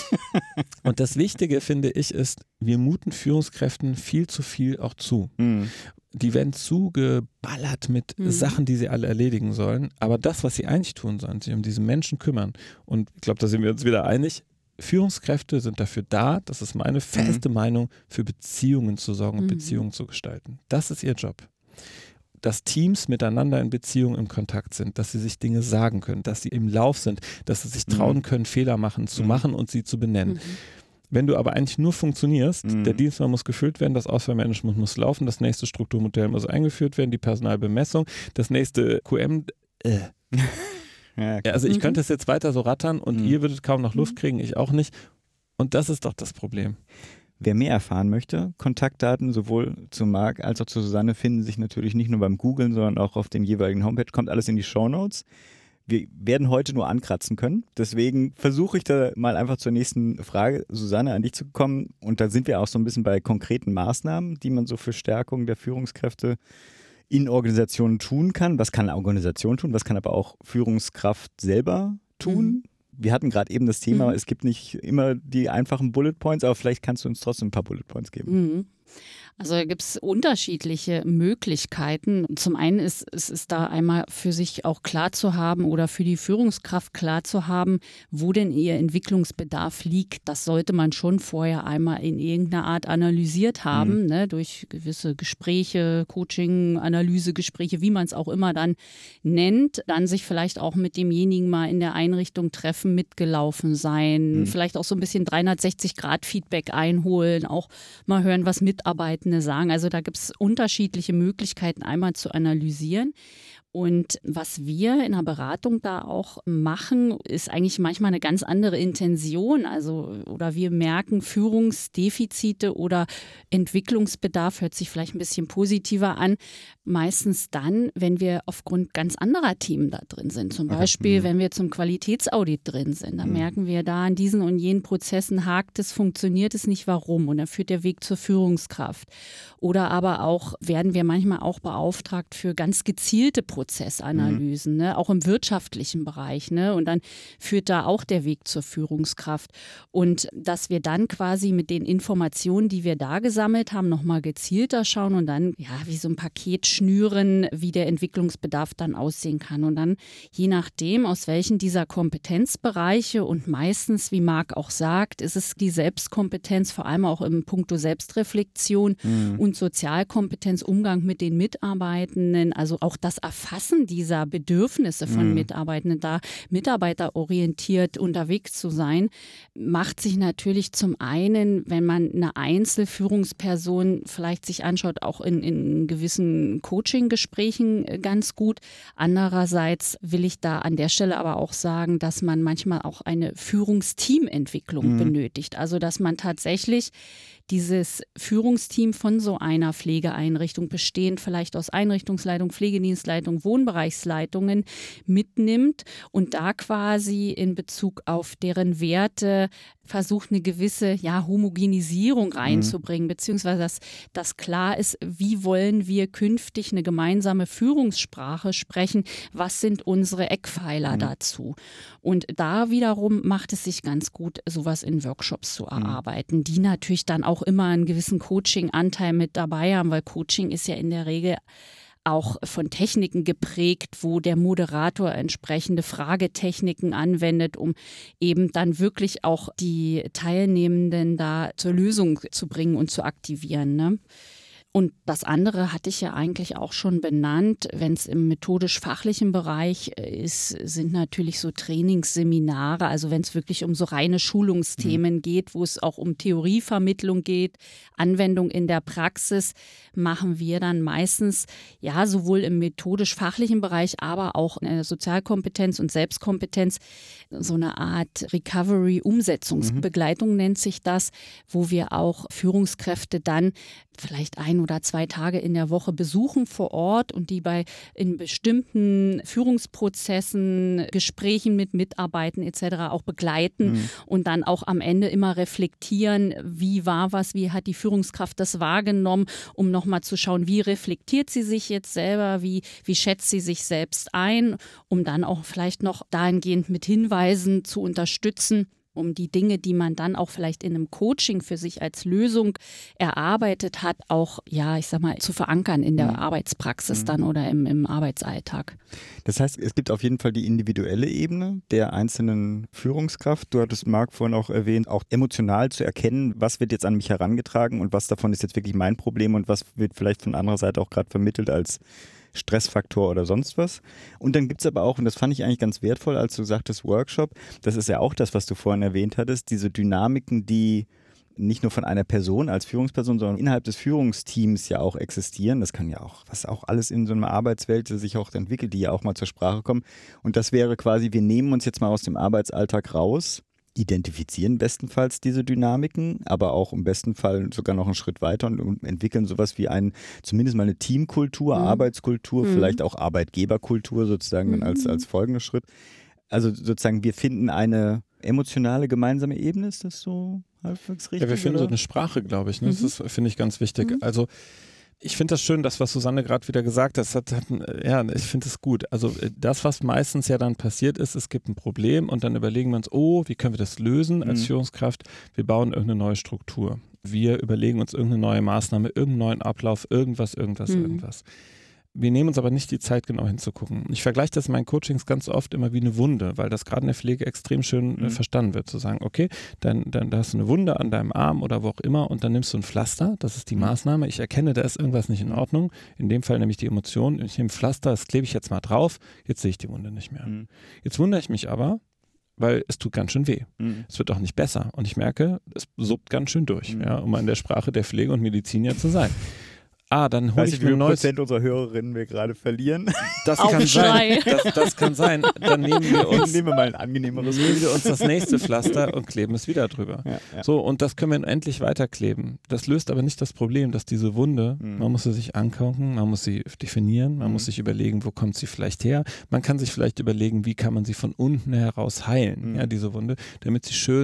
Und das Wichtige, finde ich, ist, wir muten Führungskräften viel zu viel auch zu. Mhm. Die werden zugeballert mit mhm. Sachen, die sie alle erledigen sollen. Aber das, was sie eigentlich tun sollen, sich um diese Menschen kümmern. Und ich glaube, da sind wir uns wieder einig. Führungskräfte sind dafür da, das ist meine feste mhm. Meinung, für Beziehungen zu sorgen und mhm. Beziehungen zu gestalten. Das ist ihr Job. Dass Teams miteinander in Beziehung, im Kontakt sind, dass sie sich Dinge sagen können, dass sie im Lauf sind, dass sie sich trauen mhm. können, Fehler machen, zu mhm. machen und sie zu benennen. Mhm. Wenn du aber eigentlich nur funktionierst, mhm. der Dienstplan muss gefüllt werden, das Auswahlmanagement muss laufen, das nächste Strukturmodell muss eingeführt werden, die Personalbemessung, das nächste Q M, äh. ja, ja, also ich mhm. könnte es jetzt weiter so rattern und mhm. ihr würdet kaum noch Luft kriegen, ich auch nicht. Und das ist doch das Problem. Wer mehr erfahren möchte, Kontaktdaten sowohl zu Marc als auch zu Susanne finden sich natürlich nicht nur beim Googlen, sondern auch auf den jeweiligen Homepage. Kommt alles in die Shownotes. Wir werden heute nur ankratzen können. Deswegen versuche ich da mal einfach zur nächsten Frage, Susanne, an dich zu kommen. Und da sind wir auch so ein bisschen bei konkreten Maßnahmen, die man so für Stärkung der Führungskräfte in Organisationen tun kann. Was kann eine Organisation tun? Was kann aber auch Führungskraft selber tun? Mhm. Wir hatten gerade eben das Thema, mhm. es gibt nicht immer die einfachen Bullet Points, aber vielleicht kannst du uns trotzdem ein paar Bullet Points geben. Mhm. Also da gibt es unterschiedliche Möglichkeiten. Zum einen ist es ist da einmal für sich auch klar zu haben oder für die Führungskraft klar zu haben, wo denn ihr Entwicklungsbedarf liegt. Das sollte man schon vorher einmal in irgendeiner Art analysiert haben, mhm. ne, durch gewisse Gespräche, Coaching, Analysegespräche, wie man es auch immer dann nennt. Dann sich vielleicht auch mit demjenigen mal in der Einrichtung treffen, mitgelaufen sein, mhm. vielleicht auch so ein bisschen dreihundertsechzig Grad Feedback einholen, auch mal hören, was Mitarbeitende sagen. Also da gibt es unterschiedliche Möglichkeiten, einmal zu analysieren. Und was wir in der Beratung da auch machen, ist eigentlich manchmal eine ganz andere Intention. Also, oder wir merken Führungsdefizite oder Entwicklungsbedarf, hört sich vielleicht ein bisschen positiver an. Meistens dann, wenn wir aufgrund ganz anderer Themen da drin sind. Zum Beispiel, okay. wenn wir zum Qualitätsaudit drin sind. Dann mhm. merken wir da an diesen und jenen Prozessen hakt es, funktioniert es nicht, warum? Und dann führt der Weg zur Führungskraft. Oder aber auch werden wir manchmal auch beauftragt für ganz gezielte Prozesse. Führungsprozessanalysen, mhm. ne? Auch im wirtschaftlichen Bereich. Ne? Und dann führt da auch der Weg zur Führungskraft. Und dass wir dann quasi mit den Informationen, die wir da gesammelt haben, nochmal gezielter schauen und dann ja wie so ein Paket schnüren, wie der Entwicklungsbedarf dann aussehen kann. Und dann je nachdem, aus welchen dieser Kompetenzbereiche und meistens, wie Marc auch sagt, ist es die Selbstkompetenz, vor allem auch im Punkto Selbstreflexion mhm. und Sozialkompetenz, Umgang mit den Mitarbeitenden, also auch das Erfassen dieser Bedürfnisse von mhm. Mitarbeitenden, da mitarbeiterorientiert unterwegs zu sein, macht sich natürlich zum einen, wenn man eine Einzelführungsperson vielleicht sich anschaut, auch in, in gewissen Coaching-Gesprächen ganz gut. Andererseits will ich da an der Stelle aber auch sagen, dass man manchmal auch eine Führungsteamentwicklung mhm. benötigt. Also dass man tatsächlich dieses Führungsteam von so einer Pflegeeinrichtung, bestehend vielleicht aus Einrichtungsleitung, Pflegedienstleitung, Wohnbereichsleitungen, mitnimmt und da quasi in Bezug auf deren Werte versucht, eine gewisse ja, Homogenisierung reinzubringen, mhm. beziehungsweise dass, dass klar ist, wie wollen wir künftig eine gemeinsame Führungssprache sprechen, was sind unsere Eckpfeiler mhm. dazu. Und da wiederum macht es sich ganz gut, sowas in Workshops zu erarbeiten, mhm. die natürlich dann auch immer einen gewissen Coaching-Anteil mit dabei haben, weil Coaching ist ja in der Regel auch von Techniken geprägt, wo der Moderator entsprechende Fragetechniken anwendet, um eben dann wirklich auch die Teilnehmenden da zur Lösung zu bringen und zu aktivieren, ne? Und das andere hatte ich ja eigentlich auch schon benannt, wenn es im methodisch-fachlichen Bereich ist, sind natürlich so Trainingsseminare, also wenn es wirklich um so reine Schulungsthemen mhm. geht, wo es auch um Theorievermittlung geht, Anwendung in der Praxis, machen wir dann meistens ja sowohl im methodisch-fachlichen Bereich, aber auch in der Sozialkompetenz und Selbstkompetenz so eine Art Recovery-Umsetzungsbegleitung mhm. nennt sich das, wo wir auch Führungskräfte dann vielleicht ein oder zwei Tage in der Woche besuchen vor Ort und die bei in bestimmten Führungsprozessen, Gesprächen mit Mitarbeitern et cetera auch begleiten mhm. und dann auch am Ende immer reflektieren, wie war was, wie hat die Führungskraft das wahrgenommen, um nochmal zu schauen, wie reflektiert sie sich jetzt selber, wie, wie schätzt sie sich selbst ein, um dann auch vielleicht noch dahingehend mit Hinweisen zu unterstützen, um die Dinge, die man dann auch vielleicht in einem Coaching für sich als Lösung erarbeitet hat, auch, ja, ich sag mal, zu verankern in der mhm. Arbeitspraxis mhm. dann oder im, im Arbeitsalltag. Das heißt, es gibt auf jeden Fall die individuelle Ebene der einzelnen Führungskraft. Du hattest, Marc, vorhin auch erwähnt, auch emotional zu erkennen, was wird jetzt an mich herangetragen und was davon ist jetzt wirklich mein Problem und was wird vielleicht von anderer Seite auch gerade vermittelt als Stressfaktor oder sonst was. Und dann gibt es aber auch, und das fand ich eigentlich ganz wertvoll, als du sagtest Workshop, das ist ja auch das, was du vorhin erwähnt hattest, diese Dynamiken, die nicht nur von einer Person als Führungsperson, sondern innerhalb des Führungsteams ja auch existieren. Das kann ja auch, was auch alles in so einer Arbeitswelt sich auch entwickelt, die ja auch mal zur Sprache kommen. Und das wäre quasi, wir nehmen uns jetzt mal aus dem Arbeitsalltag raus, identifizieren bestenfalls diese Dynamiken, aber auch im besten Fall sogar noch einen Schritt weiter und, und entwickeln sowas wie ein, zumindest mal eine Teamkultur, mhm. Arbeitskultur, mhm. vielleicht auch Arbeitgeberkultur sozusagen mhm. als, als folgender Schritt. Also sozusagen, wir finden eine emotionale gemeinsame Ebene, ist das so halbwegs richtig? Ja, wir finden oder? so eine Sprache, glaube ich. Ne? Mhm. Das finde ich ganz wichtig. Mhm. Also ich finde das schön, das, was Susanne gerade wieder gesagt hat, hat, hat ja, ich finde es gut. Also das, was meistens ja dann passiert ist, es gibt ein Problem und dann überlegen wir uns, oh, wie können wir das lösen als mhm. Führungskraft? Wir bauen irgendeine neue Struktur. Wir überlegen uns irgendeine neue Maßnahme, irgendeinen neuen Ablauf, irgendwas, irgendwas, mhm. irgendwas. Wir nehmen uns aber nicht die Zeit, genau hinzugucken. Ich vergleiche das in meinen Coachings ganz oft immer wie eine Wunde, weil das gerade in der Pflege extrem schön mhm. äh, verstanden wird, zu sagen, okay, dann, dann da hast du eine Wunde an deinem Arm oder wo auch immer und dann nimmst du ein Pflaster, das ist die mhm. Maßnahme. Ich erkenne, da ist irgendwas nicht in Ordnung, in dem Fall nämlich die Emotion. Ich nehme Pflaster, das klebe ich jetzt mal drauf, jetzt sehe ich die Wunde nicht mehr. Mhm. Jetzt wundere ich mich aber, weil es tut ganz schön weh. Mhm. Es wird auch nicht besser und ich merke, es suppt ganz schön durch, mhm. ja, um in der Sprache der Pflege und Medizin ja zu sein. Ah, dann hole ich, ich mir ein neues... Prozent unserer Hörerinnen wir gerade verlieren. Das kann sein. Das, das kann sein. Dann nehmen wir uns... Nehmen wir mal ein angenehmeres nehmen wir uns das nächste Pflaster und kleben es wieder drüber. Ja, ja. So, und das können wir endlich weiterkleben. Das löst aber nicht das Problem, dass diese Wunde, mhm. man muss sie sich angucken, man muss sie definieren, man mhm. muss sich überlegen, wo kommt sie vielleicht her. Man kann sich vielleicht überlegen, wie kann man sie von unten heraus heilen, mhm. ja, diese Wunde, damit sie schön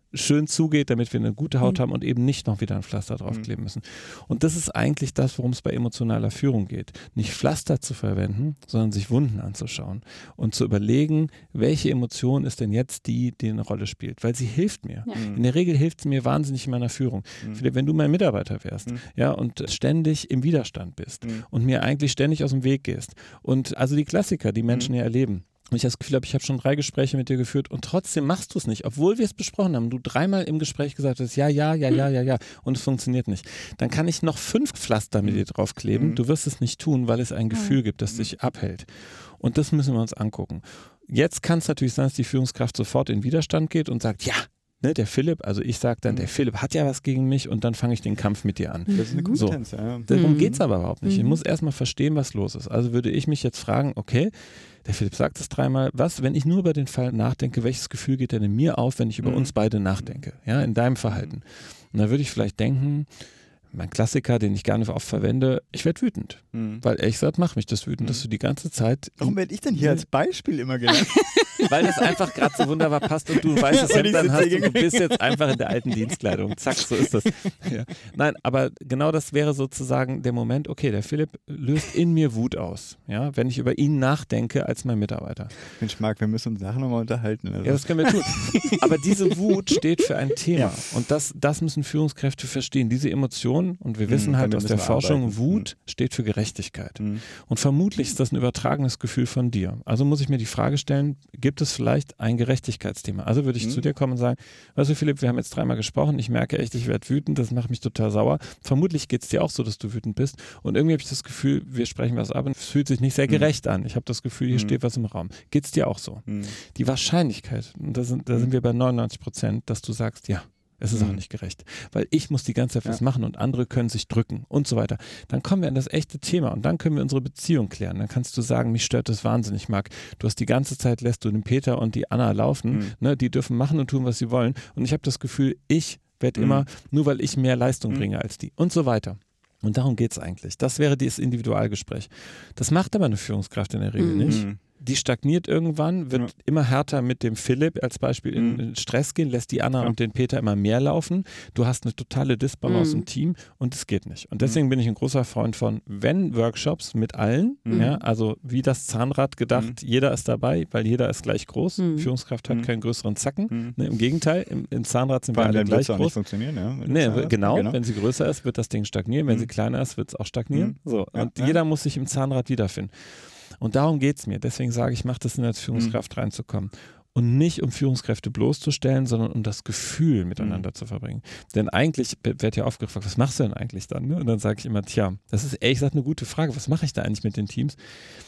schön zugeht, damit wir eine gute Haut mhm. haben und eben nicht noch wieder ein Pflaster draufkleben müssen. Und das ist eigentlich das, worum es bei emotionaler Führung geht. Nicht Pflaster zu verwenden, sondern sich Wunden anzuschauen und zu überlegen, welche Emotion ist denn jetzt die, die eine Rolle spielt, weil sie hilft mir. Ja. In der Regel hilft sie mir wahnsinnig in meiner Führung. Mhm. Philipp, wenn du mein Mitarbeiter wärst, mhm. ja, und ständig im Widerstand bist mhm. und mir eigentlich ständig aus dem Weg gehst und also die Klassiker, die Menschen mhm. ja erleben. Und ich habe das Gefühl, habe, ich habe schon drei Gespräche mit dir geführt und trotzdem machst du es nicht, obwohl wir es besprochen haben. Du dreimal im Gespräch gesagt hast, ja, ja, ja, ja, ja, ja und es funktioniert nicht. Dann kann ich noch fünf Pflaster mit dir draufkleben. Du wirst es nicht tun, weil es ein Gefühl gibt, das dich abhält. Und das müssen wir uns angucken. Jetzt kann es natürlich sein, dass die Führungskraft sofort in Widerstand geht und sagt, ja, ne, der Philipp, also ich sage dann, der Philipp hat ja was gegen mich und dann fange ich den Kampf mit dir an. Das ist eine Kompetenz, so. ja. Darum mhm. geht es aber überhaupt nicht. Ich muss erstmal verstehen, was los ist. Also würde ich mich jetzt fragen, okay, der Philipp sagt es dreimal, was, wenn ich nur über den Fall nachdenke, welches Gefühl geht denn in mir auf, wenn ich über mhm. uns beide nachdenke, ja, in deinem Verhalten. Und da würde ich vielleicht denken, mein Klassiker, den ich gerne oft verwende, ich werde wütend. Mhm. Weil ehrlich gesagt macht mich das wütend, mhm. dass du die ganze Zeit... Warum werde ich denn hier als Beispiel immer genannt? Weil das einfach gerade so wunderbar passt und du ein weißes Hemd dann hast und du bist jetzt einfach in der alten Dienstkleidung. Zack, so ist das. Ja. Nein, aber genau das wäre sozusagen der Moment, okay, der Philipp löst in mir Wut aus, ja, wenn ich über ihn nachdenke als mein Mitarbeiter. Mensch, Marc, wir müssen uns nachher nochmal unterhalten. Also. Ja, das können wir tun. Aber diese Wut steht für ein Thema ja. und das, das müssen Führungskräfte verstehen. Diese Emotion, und wir wissen mhm, halt aus der Forschung, arbeiten. Wut mhm. steht für Gerechtigkeit. Mhm. Und vermutlich ist das ein übertragenes Gefühl von dir. Also muss ich mir die Frage stellen, gibt es vielleicht ein Gerechtigkeitsthema? Also würde ich mhm. zu dir kommen und sagen, weißt du Philipp, wir haben jetzt dreimal gesprochen, ich merke echt, ich werde wütend, das macht mich total sauer. Vermutlich geht es dir auch so, dass du wütend bist und irgendwie habe ich das Gefühl, wir sprechen was ab und es fühlt sich nicht sehr gerecht mhm. an. Ich habe das Gefühl, hier mhm. steht was im Raum. Geht es dir auch so? Mhm. Die Wahrscheinlichkeit, und da sind, da sind wir bei neunundneunzig Prozent, dass du sagst, ja, es ist mhm. auch nicht gerecht, weil ich muss die ganze Zeit was ja. machen und andere können sich drücken und so weiter. Dann kommen wir an das echte Thema und dann können wir unsere Beziehung klären. Dann kannst du sagen, mich stört das wahnsinnig, Marc. Du hast die ganze Zeit, lässt du den Peter und die Anna laufen, mhm. ne, die dürfen machen und tun, was sie wollen und ich habe das Gefühl, ich werde mhm. immer, nur weil ich mehr Leistung mhm. bringe als die und so weiter. Und darum geht es eigentlich. Das wäre dieses Individualgespräch. Das macht aber eine Führungskraft in der Regel mhm. nicht. Die stagniert irgendwann, wird ja. immer härter mit dem Philipp als Beispiel in, mhm. in Stress gehen, lässt die Anna ja. und den Peter immer mehr laufen. Du hast eine totale Disbalance mhm. im Team und es geht nicht. Und deswegen mhm. bin ich ein großer Freund von, wenn Workshops mit allen, mhm. ja, also wie das Zahnrad gedacht, mhm. jeder ist dabei, weil jeder ist gleich groß. Mhm. Führungskraft hat mhm. keinen größeren Zacken. Mhm. Ne, im Gegenteil, im, im Zahnrad sind wir alle gleich groß. Nicht funktionieren, ja, nee, genau, genau, wenn sie größer ist, wird das Ding stagnieren. Wenn mhm. sie kleiner ist, wird es auch stagnieren. Mhm. So. Ja, und ja. jeder muss sich im Zahnrad wiederfinden. Und darum geht es mir. Deswegen sage ich, macht es Sinn, als Führungskraft mhm. reinzukommen. Und nicht, um Führungskräfte bloßzustellen, sondern um das Gefühl miteinander mhm. zu verbringen. Denn eigentlich wird ja oft gefragt, was machst du denn eigentlich dann? Und dann sage ich immer, tja, das ist ehrlich gesagt eine gute Frage. Was mache ich da eigentlich mit den Teams?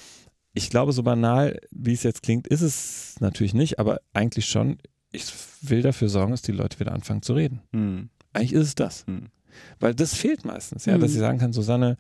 Ich glaube, so banal, wie es jetzt klingt, ist es natürlich nicht, aber eigentlich schon. Ich will dafür sorgen, dass die Leute wieder anfangen zu reden. Mhm. Eigentlich ist es das. Mhm. Weil das fehlt meistens, ja, mhm. dass ich sagen kann, Susanne,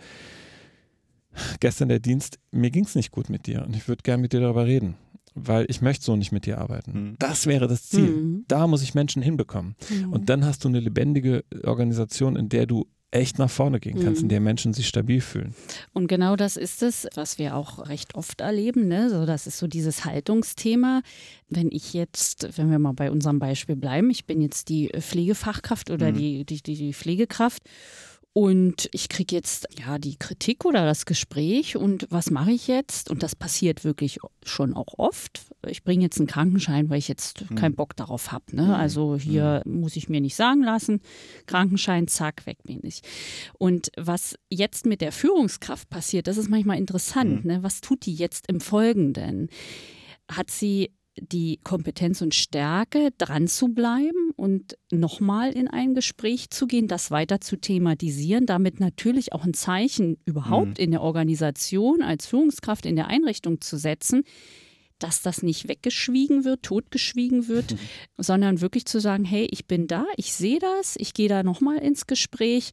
gestern der Dienst, mir ging es nicht gut mit dir und ich würde gerne mit dir darüber reden, weil ich möchte so nicht mit dir arbeiten. Mhm. Das wäre das Ziel. Mhm. Da muss ich Menschen hinbekommen. Mhm. Und dann hast du eine lebendige Organisation, in der du echt nach vorne gehen kannst, mhm. in der Menschen sich stabil fühlen. Und genau das ist es, was wir auch recht oft erleben. Ne? So, das ist so dieses Haltungsthema. Wenn ich jetzt, wenn wir mal bei unserem Beispiel bleiben, ich bin jetzt die Pflegefachkraft oder mhm. die, die, die Pflegekraft und ich kriege jetzt ja die Kritik oder das Gespräch und was mache ich jetzt? Und das passiert wirklich schon auch oft. Ich bringe jetzt einen Krankenschein, weil ich jetzt mhm. keinen Bock darauf habe. Ne? Also hier mhm. muss ich mir nicht sagen lassen, Krankenschein, zack, weg bin ich. Und was jetzt mit der Führungskraft passiert, das ist manchmal interessant. Mhm. Ne? Was tut die jetzt im Folgenden? Hat sie die Kompetenz und Stärke, dran zu bleiben und nochmal in ein Gespräch zu gehen, das weiter zu thematisieren, damit natürlich auch ein Zeichen überhaupt mhm. in der Organisation als Führungskraft in der Einrichtung zu setzen, dass das nicht weggeschwiegen wird, totgeschwiegen wird, mhm. sondern wirklich zu sagen, hey, ich bin da, ich sehe das, ich gehe da nochmal ins Gespräch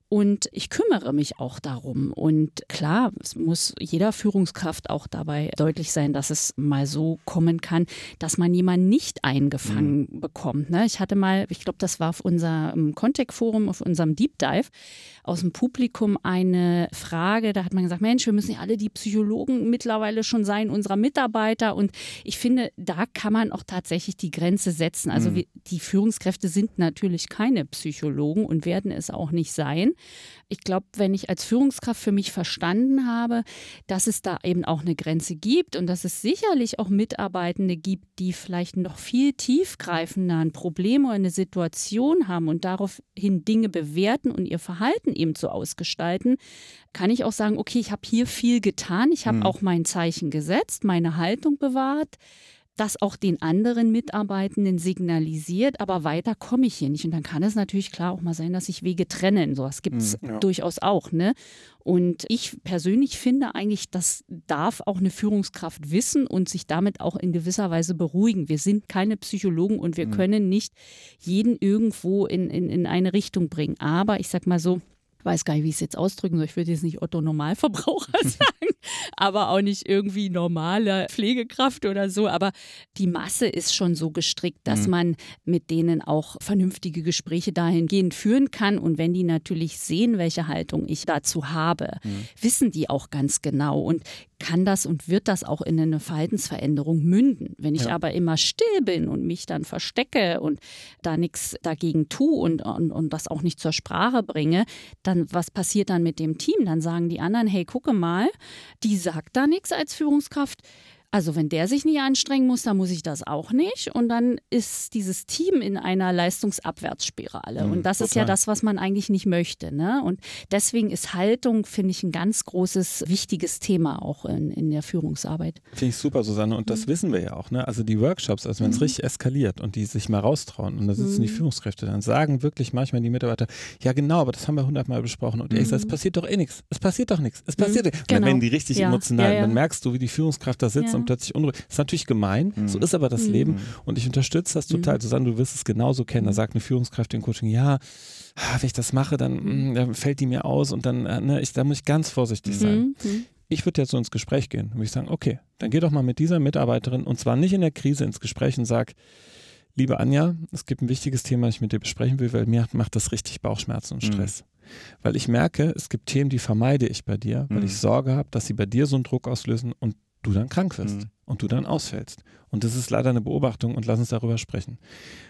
Und ich kümmere mich auch darum. Und klar, es muss jeder Führungskraft auch dabei deutlich sein, dass es mal so kommen kann, dass man jemanden nicht eingefangen mhm. bekommt. Ne? Ich hatte mal, ich glaube, das war auf unserem Contact-Forum, auf unserem Deep Dive, aus dem Publikum eine Frage. Da hat man gesagt, Mensch, wir müssen ja alle die Psychologen mittlerweile schon sein, unserer Mitarbeiter. Und ich finde, da kann man auch tatsächlich die Grenze setzen. Also mhm. wir, die Führungskräfte sind natürlich keine Psychologen und werden es auch nicht sein. Ich glaube, wenn ich als Führungskraft für mich verstanden habe, dass es da eben auch eine Grenze gibt und dass es sicherlich auch Mitarbeitende gibt, die vielleicht noch viel tiefgreifender ein Problem oder eine Situation haben und daraufhin Dinge bewerten und ihr Verhalten eben so ausgestalten, kann ich auch sagen, okay, ich habe hier viel getan, ich habe mhm. auch mein Zeichen gesetzt, meine Haltung bewahrt, das auch den anderen Mitarbeitenden signalisiert, aber weiter komme ich hier nicht. Und dann kann es natürlich klar auch mal sein, dass sich Wege trennen. So was gibt es ja. durchaus auch. Ne? Und ich persönlich finde eigentlich, das darf auch eine Führungskraft wissen und sich damit auch in gewisser Weise beruhigen. Wir sind keine Psychologen und wir mhm. können nicht jeden irgendwo in, in, in eine Richtung bringen. Aber ich sag mal so, ich weiß gar nicht, wie ich es jetzt ausdrücken soll. Ich würde jetzt nicht Otto Normalverbraucher sagen, aber auch nicht irgendwie normale Pflegekraft oder so. Aber die Masse ist schon so gestrickt, dass mhm. man mit denen auch vernünftige Gespräche dahingehend führen kann. Und wenn die natürlich sehen, welche Haltung ich dazu habe, mhm. wissen die auch ganz genau und kann das und wird das auch in eine Verhaltensveränderung münden. Wenn ich ja. aber immer still bin und mich dann verstecke und da nichts dagegen tue und, und, und das auch nicht zur Sprache bringe, dann was passiert dann mit dem Team? Dann sagen die anderen, hey, gucke mal, die sagt da nichts als Führungskraft. Also wenn der sich nicht anstrengen muss, dann muss ich das auch nicht. Und dann ist dieses Team in einer Leistungsabwärtsspirale. Mhm, und das total. Ist ja das, was man eigentlich nicht möchte. Ne? Und deswegen ist Haltung, finde ich, ein ganz großes, wichtiges Thema auch in, in der Führungsarbeit. Finde ich super, Susanne. Und das mhm. wissen wir ja auch. Ne? Also die Workshops, also wenn es mhm. richtig eskaliert und die sich mal raustrauen und da sitzen mhm. die Führungskräfte, dann sagen wirklich manchmal die Mitarbeiter, ja genau, aber das haben wir hundertmal besprochen. Und mhm. ich sage, es passiert doch eh nichts. Es passiert doch nichts. Es passiert mhm. Und dann werden die richtig ja. emotional. Ja, ja. Dann merkst du, wie die Führungskraft da sitzt ja. und plötzlich unruhig. Das ist natürlich gemein, mhm. so ist aber das mhm. Leben und ich unterstütze das total. Mhm. Susanne, du wirst es genauso kennen. Da sagt eine Führungskraft im Coaching, ja, wenn ich das mache, dann, dann fällt die mir aus und dann, ne, ich, da muss ich ganz vorsichtig sein. Mhm. Ich würde jetzt so ins Gespräch gehen und würde ich sagen, okay, dann geh doch mal mit dieser Mitarbeiterin und zwar nicht in der Krise ins Gespräch und sag, liebe Anja, es gibt ein wichtiges Thema, das ich mit dir besprechen will, weil mir macht das richtig Bauchschmerzen und Stress. Mhm. Weil ich merke, es gibt Themen, die vermeide ich bei dir, weil mhm. ich Sorge habe, dass sie bei dir so einen Druck auslösen und du dann krank wirst mhm. und du dann ausfällst. Und das ist leider eine Beobachtung und lass uns darüber sprechen.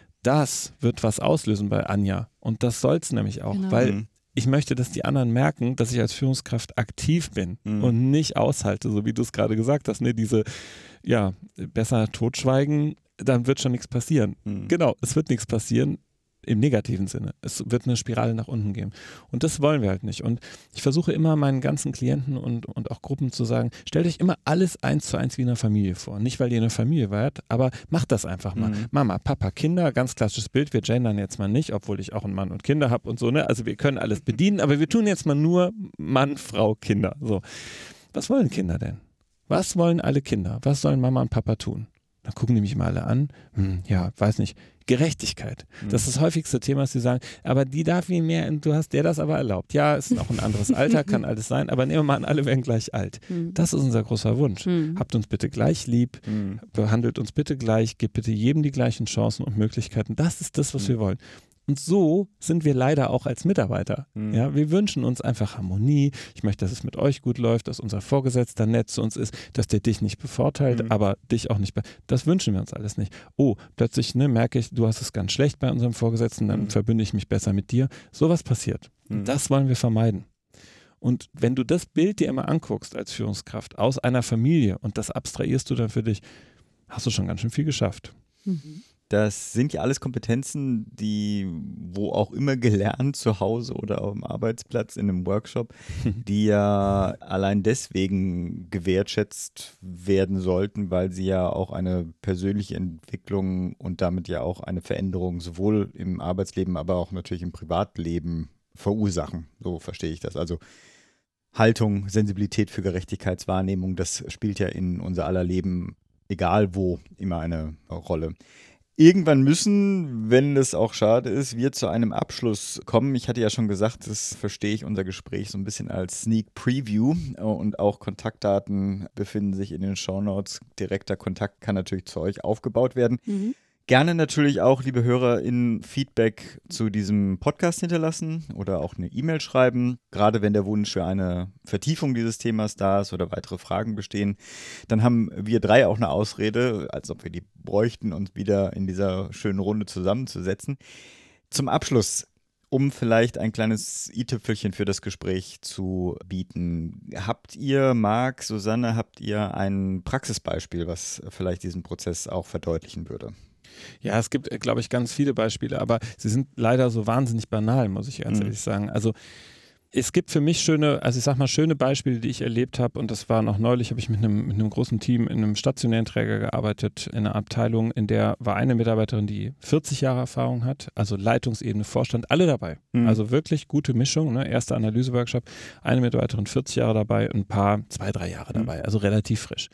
Das wird was auslösen bei Anja und das soll es nämlich auch, genau. weil mhm. ich möchte, dass die anderen merken, dass ich als Führungskraft aktiv bin mhm. und nicht aushalte, so wie du es gerade gesagt hast, ne? Diese, ja, besser totschweigen, dann wird schon nichts passieren. Mhm. Genau, es wird nichts passieren. Im negativen Sinne. Es wird eine Spirale nach unten gehen. Und das wollen wir halt nicht. Und ich versuche immer meinen ganzen Klienten und, und auch Gruppen zu sagen, stellt euch immer alles eins zu eins wie in einer Familie vor. Nicht, weil ihr eine Familie wart, aber macht das einfach mal. Mhm. Mama, Papa, Kinder, ganz klassisches Bild. Wir gendern jetzt mal nicht, obwohl ich auch einen Mann und Kinder habe und so. Ne? Also wir können alles bedienen, aber wir tun jetzt mal nur Mann, Frau, Kinder. So. Was wollen Kinder denn? Was wollen alle Kinder? Was sollen Mama und Papa tun? Dann gucken die mich mal alle an. Hm, ja, weiß nicht. Gerechtigkeit. Mhm. Das ist das häufigste Thema, dass sie sagen, aber die darf viel mehr, du hast der das aber erlaubt. Ja, ist noch ein anderes Alter, kann alles sein, aber nehmen wir mal an, alle werden gleich alt. Mhm. Das ist unser großer Wunsch. Mhm. Habt uns bitte gleich lieb, mhm. behandelt uns bitte gleich, gebt bitte jedem die gleichen Chancen und Möglichkeiten. Das ist das, was mhm. wir wollen. Und so sind wir leider auch als Mitarbeiter. Mhm. Ja, wir wünschen uns einfach Harmonie. Ich möchte, dass es mit euch gut läuft, dass unser Vorgesetzter nett zu uns ist, dass der dich nicht bevorteilt, mhm. aber dich auch nicht. Be- das wünschen wir uns alles nicht. Oh, plötzlich ne, merke ich, du hast es ganz schlecht bei unserem Vorgesetzten, dann mhm. verbünde ich mich besser mit dir. Sowas passiert. Mhm. Das wollen wir vermeiden. Und wenn du das Bild dir immer anguckst als Führungskraft aus einer Familie und das abstrahierst du dann für dich, hast du schon ganz schön viel geschafft. Mhm. Das sind ja alles Kompetenzen, die, wo auch immer gelernt, zu Hause oder auf dem Arbeitsplatz, in einem Workshop, die ja allein deswegen gewertschätzt werden sollten, weil sie ja auch eine persönliche Entwicklung und damit ja auch eine Veränderung sowohl im Arbeitsleben, aber auch natürlich im Privatleben verursachen. So verstehe ich das. Also Haltung, Sensibilität für Gerechtigkeitswahrnehmung, das spielt ja in unser aller Leben, egal wo, immer eine Rolle. Irgendwann müssen, wenn es auch schade ist, wir zu einem Abschluss kommen. Ich hatte ja schon gesagt, das verstehe ich unser Gespräch so ein bisschen als Sneak Preview und auch Kontaktdaten befinden sich in den Shownotes. Direkter Kontakt kann natürlich zu euch aufgebaut werden. Mhm. Gerne natürlich auch, liebe HörerInnen, Feedback zu diesem Podcast hinterlassen oder auch eine E-Mail schreiben. Gerade wenn der Wunsch für eine Vertiefung dieses Themas da ist oder weitere Fragen bestehen, dann haben wir drei auch eine Ausrede, als ob wir die bräuchten, uns wieder in dieser schönen Runde zusammenzusetzen. Zum Abschluss, um vielleicht ein kleines i-Tüpfelchen für das Gespräch zu bieten. Habt ihr, Marc, Susanne, habt ihr ein Praxisbeispiel, was vielleicht diesen Prozess auch verdeutlichen würde? Ja, es gibt, glaube ich, ganz viele Beispiele, aber sie sind leider so wahnsinnig banal, muss ich ganz mhm. ehrlich sagen. Also es gibt für mich schöne, also ich sag mal schöne Beispiele, die ich erlebt habe, und das war noch neulich, habe ich mit einem, mit einem großen Team in einem stationären Träger gearbeitet, in einer Abteilung, in der war eine Mitarbeiterin, die vierzig Jahre Erfahrung hat, also Leitungsebene, Vorstand, alle dabei. Mhm. Also wirklich gute Mischung, ne? Erster Analyse-Workshop, eine Mitarbeiterin vierzig Jahre dabei, ein paar, zwei, drei Jahre dabei, mhm. also relativ frisch.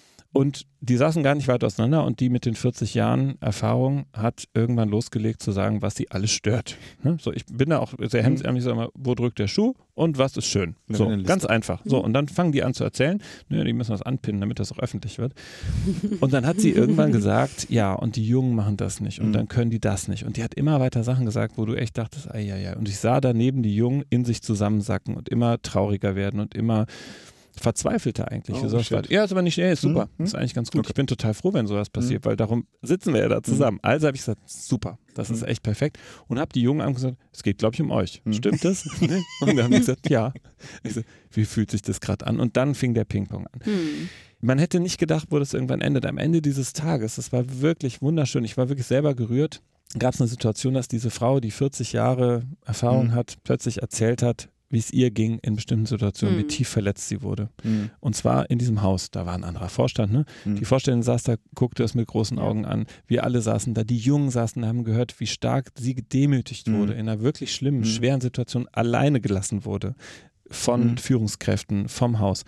Und die saßen gar nicht weit auseinander und die mit den vierzig Jahren Erfahrung hat irgendwann losgelegt zu sagen, was sie alles stört. Ne? So, ich bin da auch sehr hemdsärmlich, sag mal, wo drückt der Schuh und was ist schön? So, ganz einfach. So, und dann fangen die an zu erzählen, ne, die müssen das anpinnen, damit das auch öffentlich wird. Und dann hat sie irgendwann gesagt, ja, und die Jungen machen das nicht und dann können die das nicht. Und die hat immer weiter Sachen gesagt, wo du echt dachtest, ai, ai, ai. Und ich sah daneben die Jungen in sich zusammensacken und immer trauriger werden und immer verzweifelter eigentlich. Oh, so ja, ist aber nicht, ja, ist super, hm, hm. ist eigentlich ganz gut. Okay. Ich bin total froh, wenn sowas passiert, hm. weil darum sitzen wir ja da zusammen. Hm. Also habe ich gesagt, super, das hm. ist echt perfekt. Und habe die Jungen angesagt, es geht, glaube ich, um euch. Hm. Stimmt das? Und dann haben die gesagt, ja. Ich so, wie fühlt sich das gerade an? Und dann fing der Ping-Pong an. Hm. Man hätte nicht gedacht, wo das irgendwann endet. Am Ende dieses Tages, das war wirklich wunderschön. Ich war wirklich selber gerührt. Gab es eine Situation, dass diese Frau, die vierzig Jahre Erfahrung hm. hat, plötzlich erzählt hat, wie es ihr ging in bestimmten Situationen, mhm. wie tief verletzt sie wurde. Mhm. Und zwar in diesem Haus, da war ein anderer Vorstand, ne? Mhm. Die Vorständin saß da, guckte es mit großen Augen an. Wir alle saßen da, die Jungen saßen da, haben gehört, wie stark sie gedemütigt mhm. wurde, in einer wirklich schlimmen, mhm. schweren Situation alleine gelassen wurde von mhm. Führungskräften, vom Haus.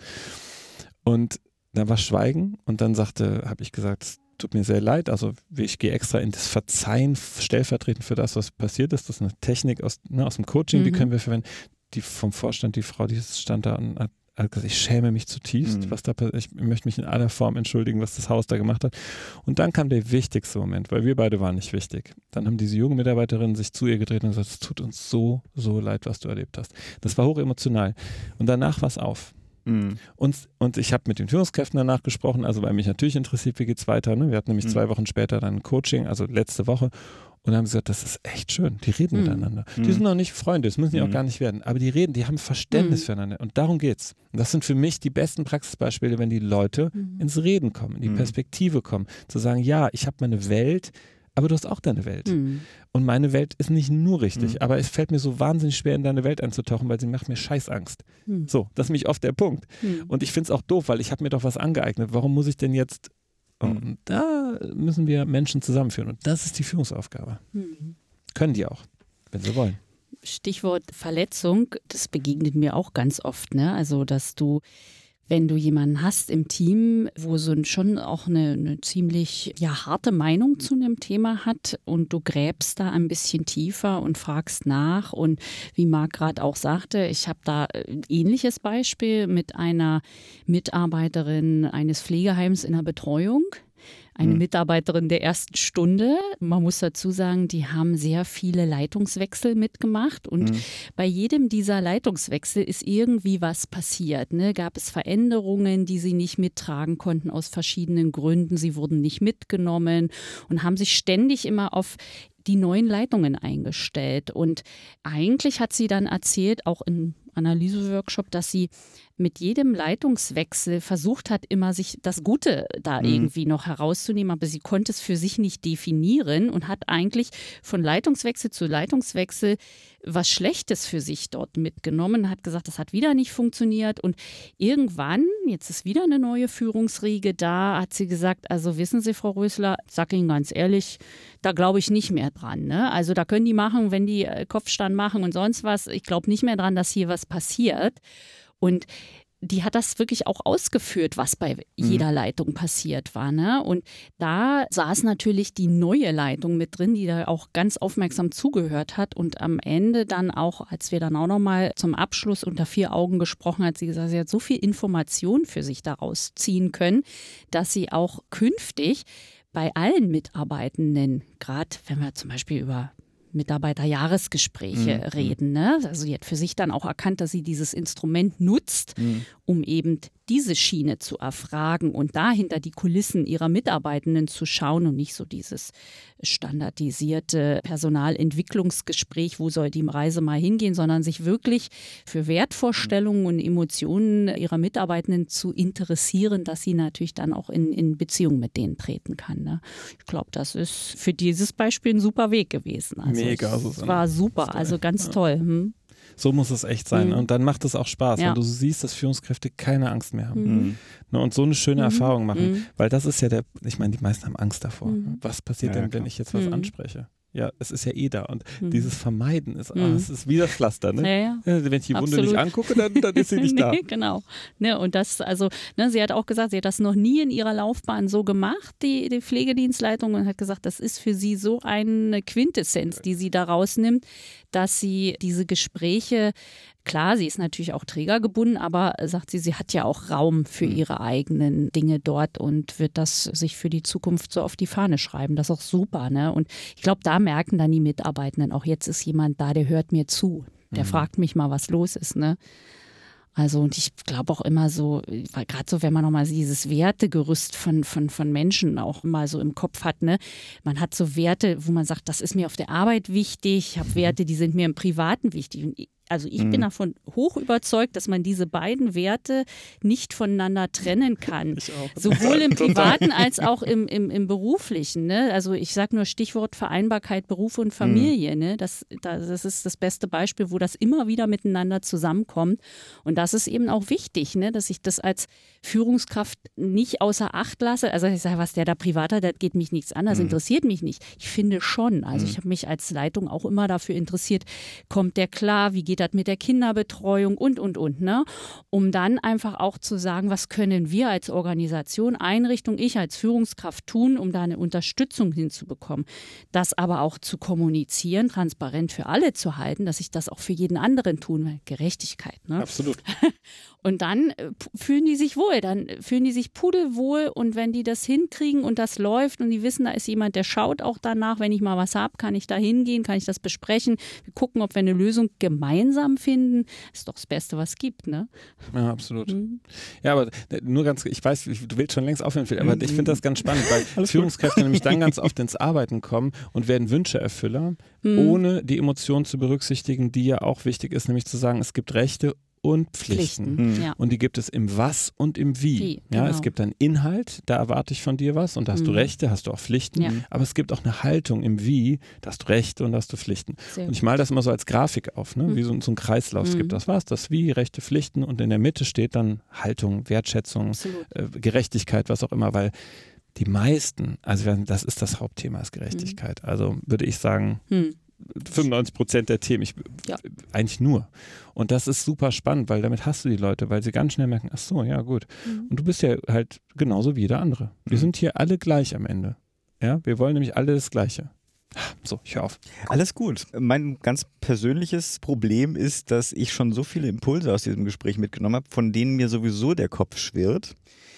Und da war Schweigen und dann sagte, habe ich gesagt, tut mir sehr leid, also ich gehe extra in das Verzeihen stellvertretend für das, was passiert ist. Das ist eine Technik aus, ne, aus dem Coaching, mhm. die können wir verwenden. Die vom Vorstand, die Frau, die stand da und hat, hat gesagt, ich schäme mich zutiefst, mhm. was da passiert. Ich möchte mich in aller Form entschuldigen, was das Haus da gemacht hat. Und dann kam der wichtigste Moment, weil wir beide waren nicht wichtig. Dann haben diese jungen Mitarbeiterinnen sich zu ihr gedreht und gesagt, es tut uns so, so leid, was du erlebt hast. Das war hochemotional. Und danach war es auf. Mhm. Und, und ich habe mit den Führungskräften danach gesprochen, also weil mich natürlich interessiert, wie geht es weiter. Ne? Wir hatten nämlich mhm. zwei Wochen später dann ein Coaching, also letzte Woche. Und haben gesagt, das ist echt schön. Die reden mhm. miteinander. Die sind noch nicht Freunde, das müssen die mhm. auch gar nicht werden. Aber die reden, die haben Verständnis mhm. füreinander. Und darum geht's. Und das sind für mich die besten Praxisbeispiele, wenn die Leute mhm. ins Reden kommen, in die mhm. Perspektive kommen. Zu sagen, ja, ich habe meine Welt, aber du hast auch deine Welt. Mhm. Und meine Welt ist nicht nur richtig, mhm. aber es fällt mir so wahnsinnig schwer, in deine Welt einzutauchen, weil sie macht mir Scheißangst. Mhm. So, das ist nämlich oft der Punkt. Mhm. Und ich finde es auch doof, weil ich habe mir doch was angeeignet. Warum muss ich denn jetzt... Und da müssen wir Menschen zusammenführen. Und das ist die Führungsaufgabe. Mhm. Können die auch, wenn sie wollen. Stichwort Verletzung, das begegnet mir auch ganz oft. Ne? Also, dass du, wenn du jemanden hast im Team, wo so ein, schon auch eine, eine ziemlich ja, harte Meinung zu einem Thema hat und du gräbst da ein bisschen tiefer und fragst nach. Und wie Marc gerade auch sagte, ich habe da ein ähnliches Beispiel mit einer Mitarbeiterin eines Pflegeheims in der Betreuung. Eine Mitarbeiterin der ersten Stunde. Man muss dazu sagen, die haben sehr viele Leitungswechsel mitgemacht und mhm. bei jedem dieser Leitungswechsel ist irgendwie was passiert. Ne? Gab es Veränderungen, die sie nicht mittragen konnten aus verschiedenen Gründen. Sie wurden nicht mitgenommen und haben sich ständig immer auf die neuen Leitungen eingestellt. Und eigentlich hat sie dann erzählt, auch im Analyse-Workshop, dass sie mit jedem Leitungswechsel versucht hat, immer sich das Gute da mhm. irgendwie noch herauszunehmen, aber sie konnte es für sich nicht definieren und hat eigentlich von Leitungswechsel zu Leitungswechsel was Schlechtes für sich dort mitgenommen, hat gesagt, das hat wieder nicht funktioniert und irgendwann, jetzt ist wieder eine neue Führungsriege da, hat sie gesagt, also wissen Sie, Frau Rösler, ich sage Ihnen ganz ehrlich, da glaube ich nicht mehr dran. Ne? Also da können die machen, wenn die Kopfstand machen und sonst was, ich glaube nicht mehr dran, dass hier was passiert. Und die hat das wirklich auch ausgeführt, was bei jeder mhm. Leitung passiert war. Ne? Und da saß natürlich die neue Leitung mit drin, die da auch ganz aufmerksam zugehört hat und am Ende dann auch, als wir dann auch nochmal zum Abschluss unter vier Augen gesprochen hat, sie gesagt, sie hat so viel Information für sich daraus ziehen können, dass sie auch künftig bei allen Mitarbeitenden, gerade wenn wir zum Beispiel über Mitarbeiterjahresgespräche mhm. reden. Ne? Also sie hat für sich dann auch erkannt, dass sie dieses Instrument nutzt, mhm. um eben diese Schiene zu erfragen und da hinter die Kulissen ihrer Mitarbeitenden zu schauen und nicht so dieses standardisierte Personalentwicklungsgespräch, wo soll die Reise mal hingehen, sondern sich wirklich für Wertvorstellungen und Emotionen ihrer Mitarbeitenden zu interessieren, dass sie natürlich dann auch in, in Beziehung mit denen treten kann. Ne? Ich glaube, das ist für dieses Beispiel ein super Weg gewesen. Also Mega. Es war super, also ganz ja. toll. Hm? So muss es echt sein. Mhm. Und dann macht es auch Spaß, ja. wenn du siehst, dass Führungskräfte keine Angst mehr haben. Mhm. Ne, und so eine schöne mhm. Erfahrung machen. Mhm. Weil das ist ja der, ich meine, die meisten haben Angst davor. Mhm. Was passiert ja, denn, klar. wenn ich jetzt was mhm. anspreche? Ja, es ist ja eh da. Und mhm. dieses Vermeiden ist, mhm. ah, es ist wie das Pflaster. Ne? Ja, ja. Wenn ich die Wunde Absolut. nicht angucke, dann, dann ist sie nicht nee, da. Genau. Ne, und das, also, ne, sie hat auch gesagt, sie hat das noch nie in ihrer Laufbahn so gemacht, die, die Pflegedienstleitung, und hat gesagt, das ist für sie so eine Quintessenz, die sie da rausnimmt, dass sie diese Gespräche, klar, sie ist natürlich auch trägergebunden, aber sagt sie, sie hat ja auch Raum für ihre eigenen Dinge dort und wird das sich für die Zukunft so auf die Fahne schreiben. Das ist auch super. Ne? Und ich glaube, da merken dann die Mitarbeitenden auch, jetzt ist jemand da, der hört mir zu. Der mhm. fragt mich mal, was los ist. Ne? Also und ich glaube auch immer so, gerade so, wenn man nochmal dieses Wertegerüst von, von, von Menschen auch mal so im Kopf hat, ne, man hat so Werte, wo man sagt, das ist mir auf der Arbeit wichtig, ich habe Werte, die sind mir im Privaten wichtig. Und also ich mhm. bin davon hoch überzeugt, dass man diese beiden Werte nicht voneinander trennen kann. Ich auch. Sowohl im Privaten als auch im, im, im Beruflichen. Ne? Also ich sage nur Stichwort Vereinbarkeit, Beruf und Familie. Mhm. Ne? Das, das ist das beste Beispiel, wo das immer wieder miteinander zusammenkommt. Und das ist eben auch wichtig, ne? Dass ich das als Führungskraft nicht außer Acht lasse. Also ich sage, was der da privat hat, das geht mich nichts an, das mhm. interessiert mich nicht. Ich finde schon. Also mhm. ich habe mich als Leitung auch immer dafür interessiert, kommt der klar, wie geht das mit der Kinderbetreuung und, und, und. Ne? Um dann einfach auch zu sagen, was können wir als Organisation, Einrichtung, ich als Führungskraft tun, um da eine Unterstützung hinzubekommen. Das aber auch zu kommunizieren, transparent für alle zu halten, dass ich das auch für jeden anderen tun will. Gerechtigkeit. Ne? Absolut. Und dann äh, fühlen die sich wohl, dann fühlen die sich pudelwohl und wenn die das hinkriegen und das läuft und die wissen, da ist jemand, der schaut auch danach, wenn ich mal was habe, kann ich da hingehen, kann ich das besprechen, wir gucken, ob wir eine Lösung gemeinsam finden, ist doch das Beste, was es gibt, ne? Ja, absolut. Mhm. Ja, aber nur ganz, ich weiß, du willst schon längst aufhören, aber ich finde das ganz spannend, weil Alles Führungskräfte nämlich dann ganz oft ins Arbeiten kommen und werden Wünscheerfüller, Mhm. ohne die Emotionen zu berücksichtigen, die ja auch wichtig ist, nämlich zu sagen, es gibt Rechte und Pflichten. Pflichten, Mhm. ja. Und die gibt es im Was und im Wie. Wie, Ja, genau. es gibt einen Inhalt, da erwarte ich von dir was und da hast du Mhm. Rechte, hast du auch Pflichten. Ja. Aber es gibt auch eine Haltung im Wie, da hast du Rechte und da hast du Pflichten. Sehr Und ich male das immer so als Grafik auf, ne? Mhm. Wie so, so ein Kreislauf. Es Mhm. gibt das Was, das Wie, Rechte, Pflichten und in der Mitte steht dann Haltung, Wertschätzung, Absolut. äh, Gerechtigkeit, was auch immer, weil die meisten, also wenn- das ist das Hauptthema, ist Mhm. Gerechtigkeit. Also würde ich sagen, Hm. fünfundneunzig Prozent der Themen, ich, Ja. eigentlich nur. Und das ist super spannend, weil damit hast du die Leute, weil sie ganz schnell merken, ach so, ja gut. Mhm. Und du bist ja halt genauso wie jeder andere. Wir Mhm. sind hier alle gleich am Ende. Ja, wir wollen nämlich alle das Gleiche. So, ich höre auf. Alles gut. Mein ganz persönliches Problem ist, dass ich schon so viele Impulse aus diesem Gespräch mitgenommen habe, von denen mir sowieso der Kopf schwirrt.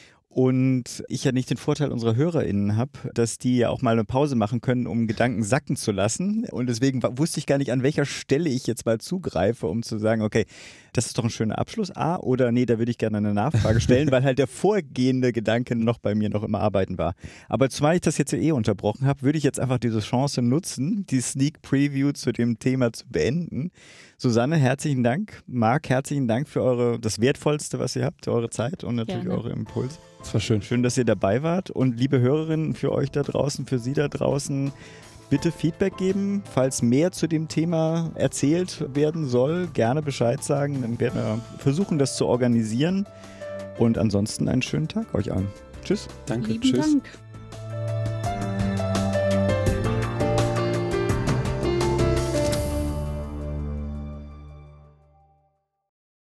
Und ich ja nicht den Vorteil unserer HörerInnen habe, dass die ja auch mal eine Pause machen können, um Gedanken sacken zu lassen. Und deswegen wa- wusste ich gar nicht, an welcher Stelle ich jetzt mal zugreife, um zu sagen, okay, das ist doch ein schöner Abschluss, A, oder nee, da würde ich gerne eine Nachfrage stellen, weil halt der vorgehende Gedanke noch bei mir noch immer arbeiten war. Aber zumal ich das jetzt ja eh unterbrochen habe, würde ich jetzt einfach diese Chance nutzen, die Sneak Preview zu dem Thema zu beenden. Susanne, herzlichen Dank. Marc, herzlichen Dank für eure, das Wertvollste, was ihr habt, eure Zeit und natürlich Gerne. eure Impulse. Das war schön. Schön, dass ihr dabei wart. Und liebe Hörerinnen, für euch da draußen, für Sie da draußen, bitte Feedback geben. Falls mehr zu dem Thema erzählt werden soll, gerne Bescheid sagen. Dann werden wir versuchen, das zu organisieren. Und ansonsten einen schönen Tag euch allen. Tschüss. Danke. Lieben Tschüss. Dank.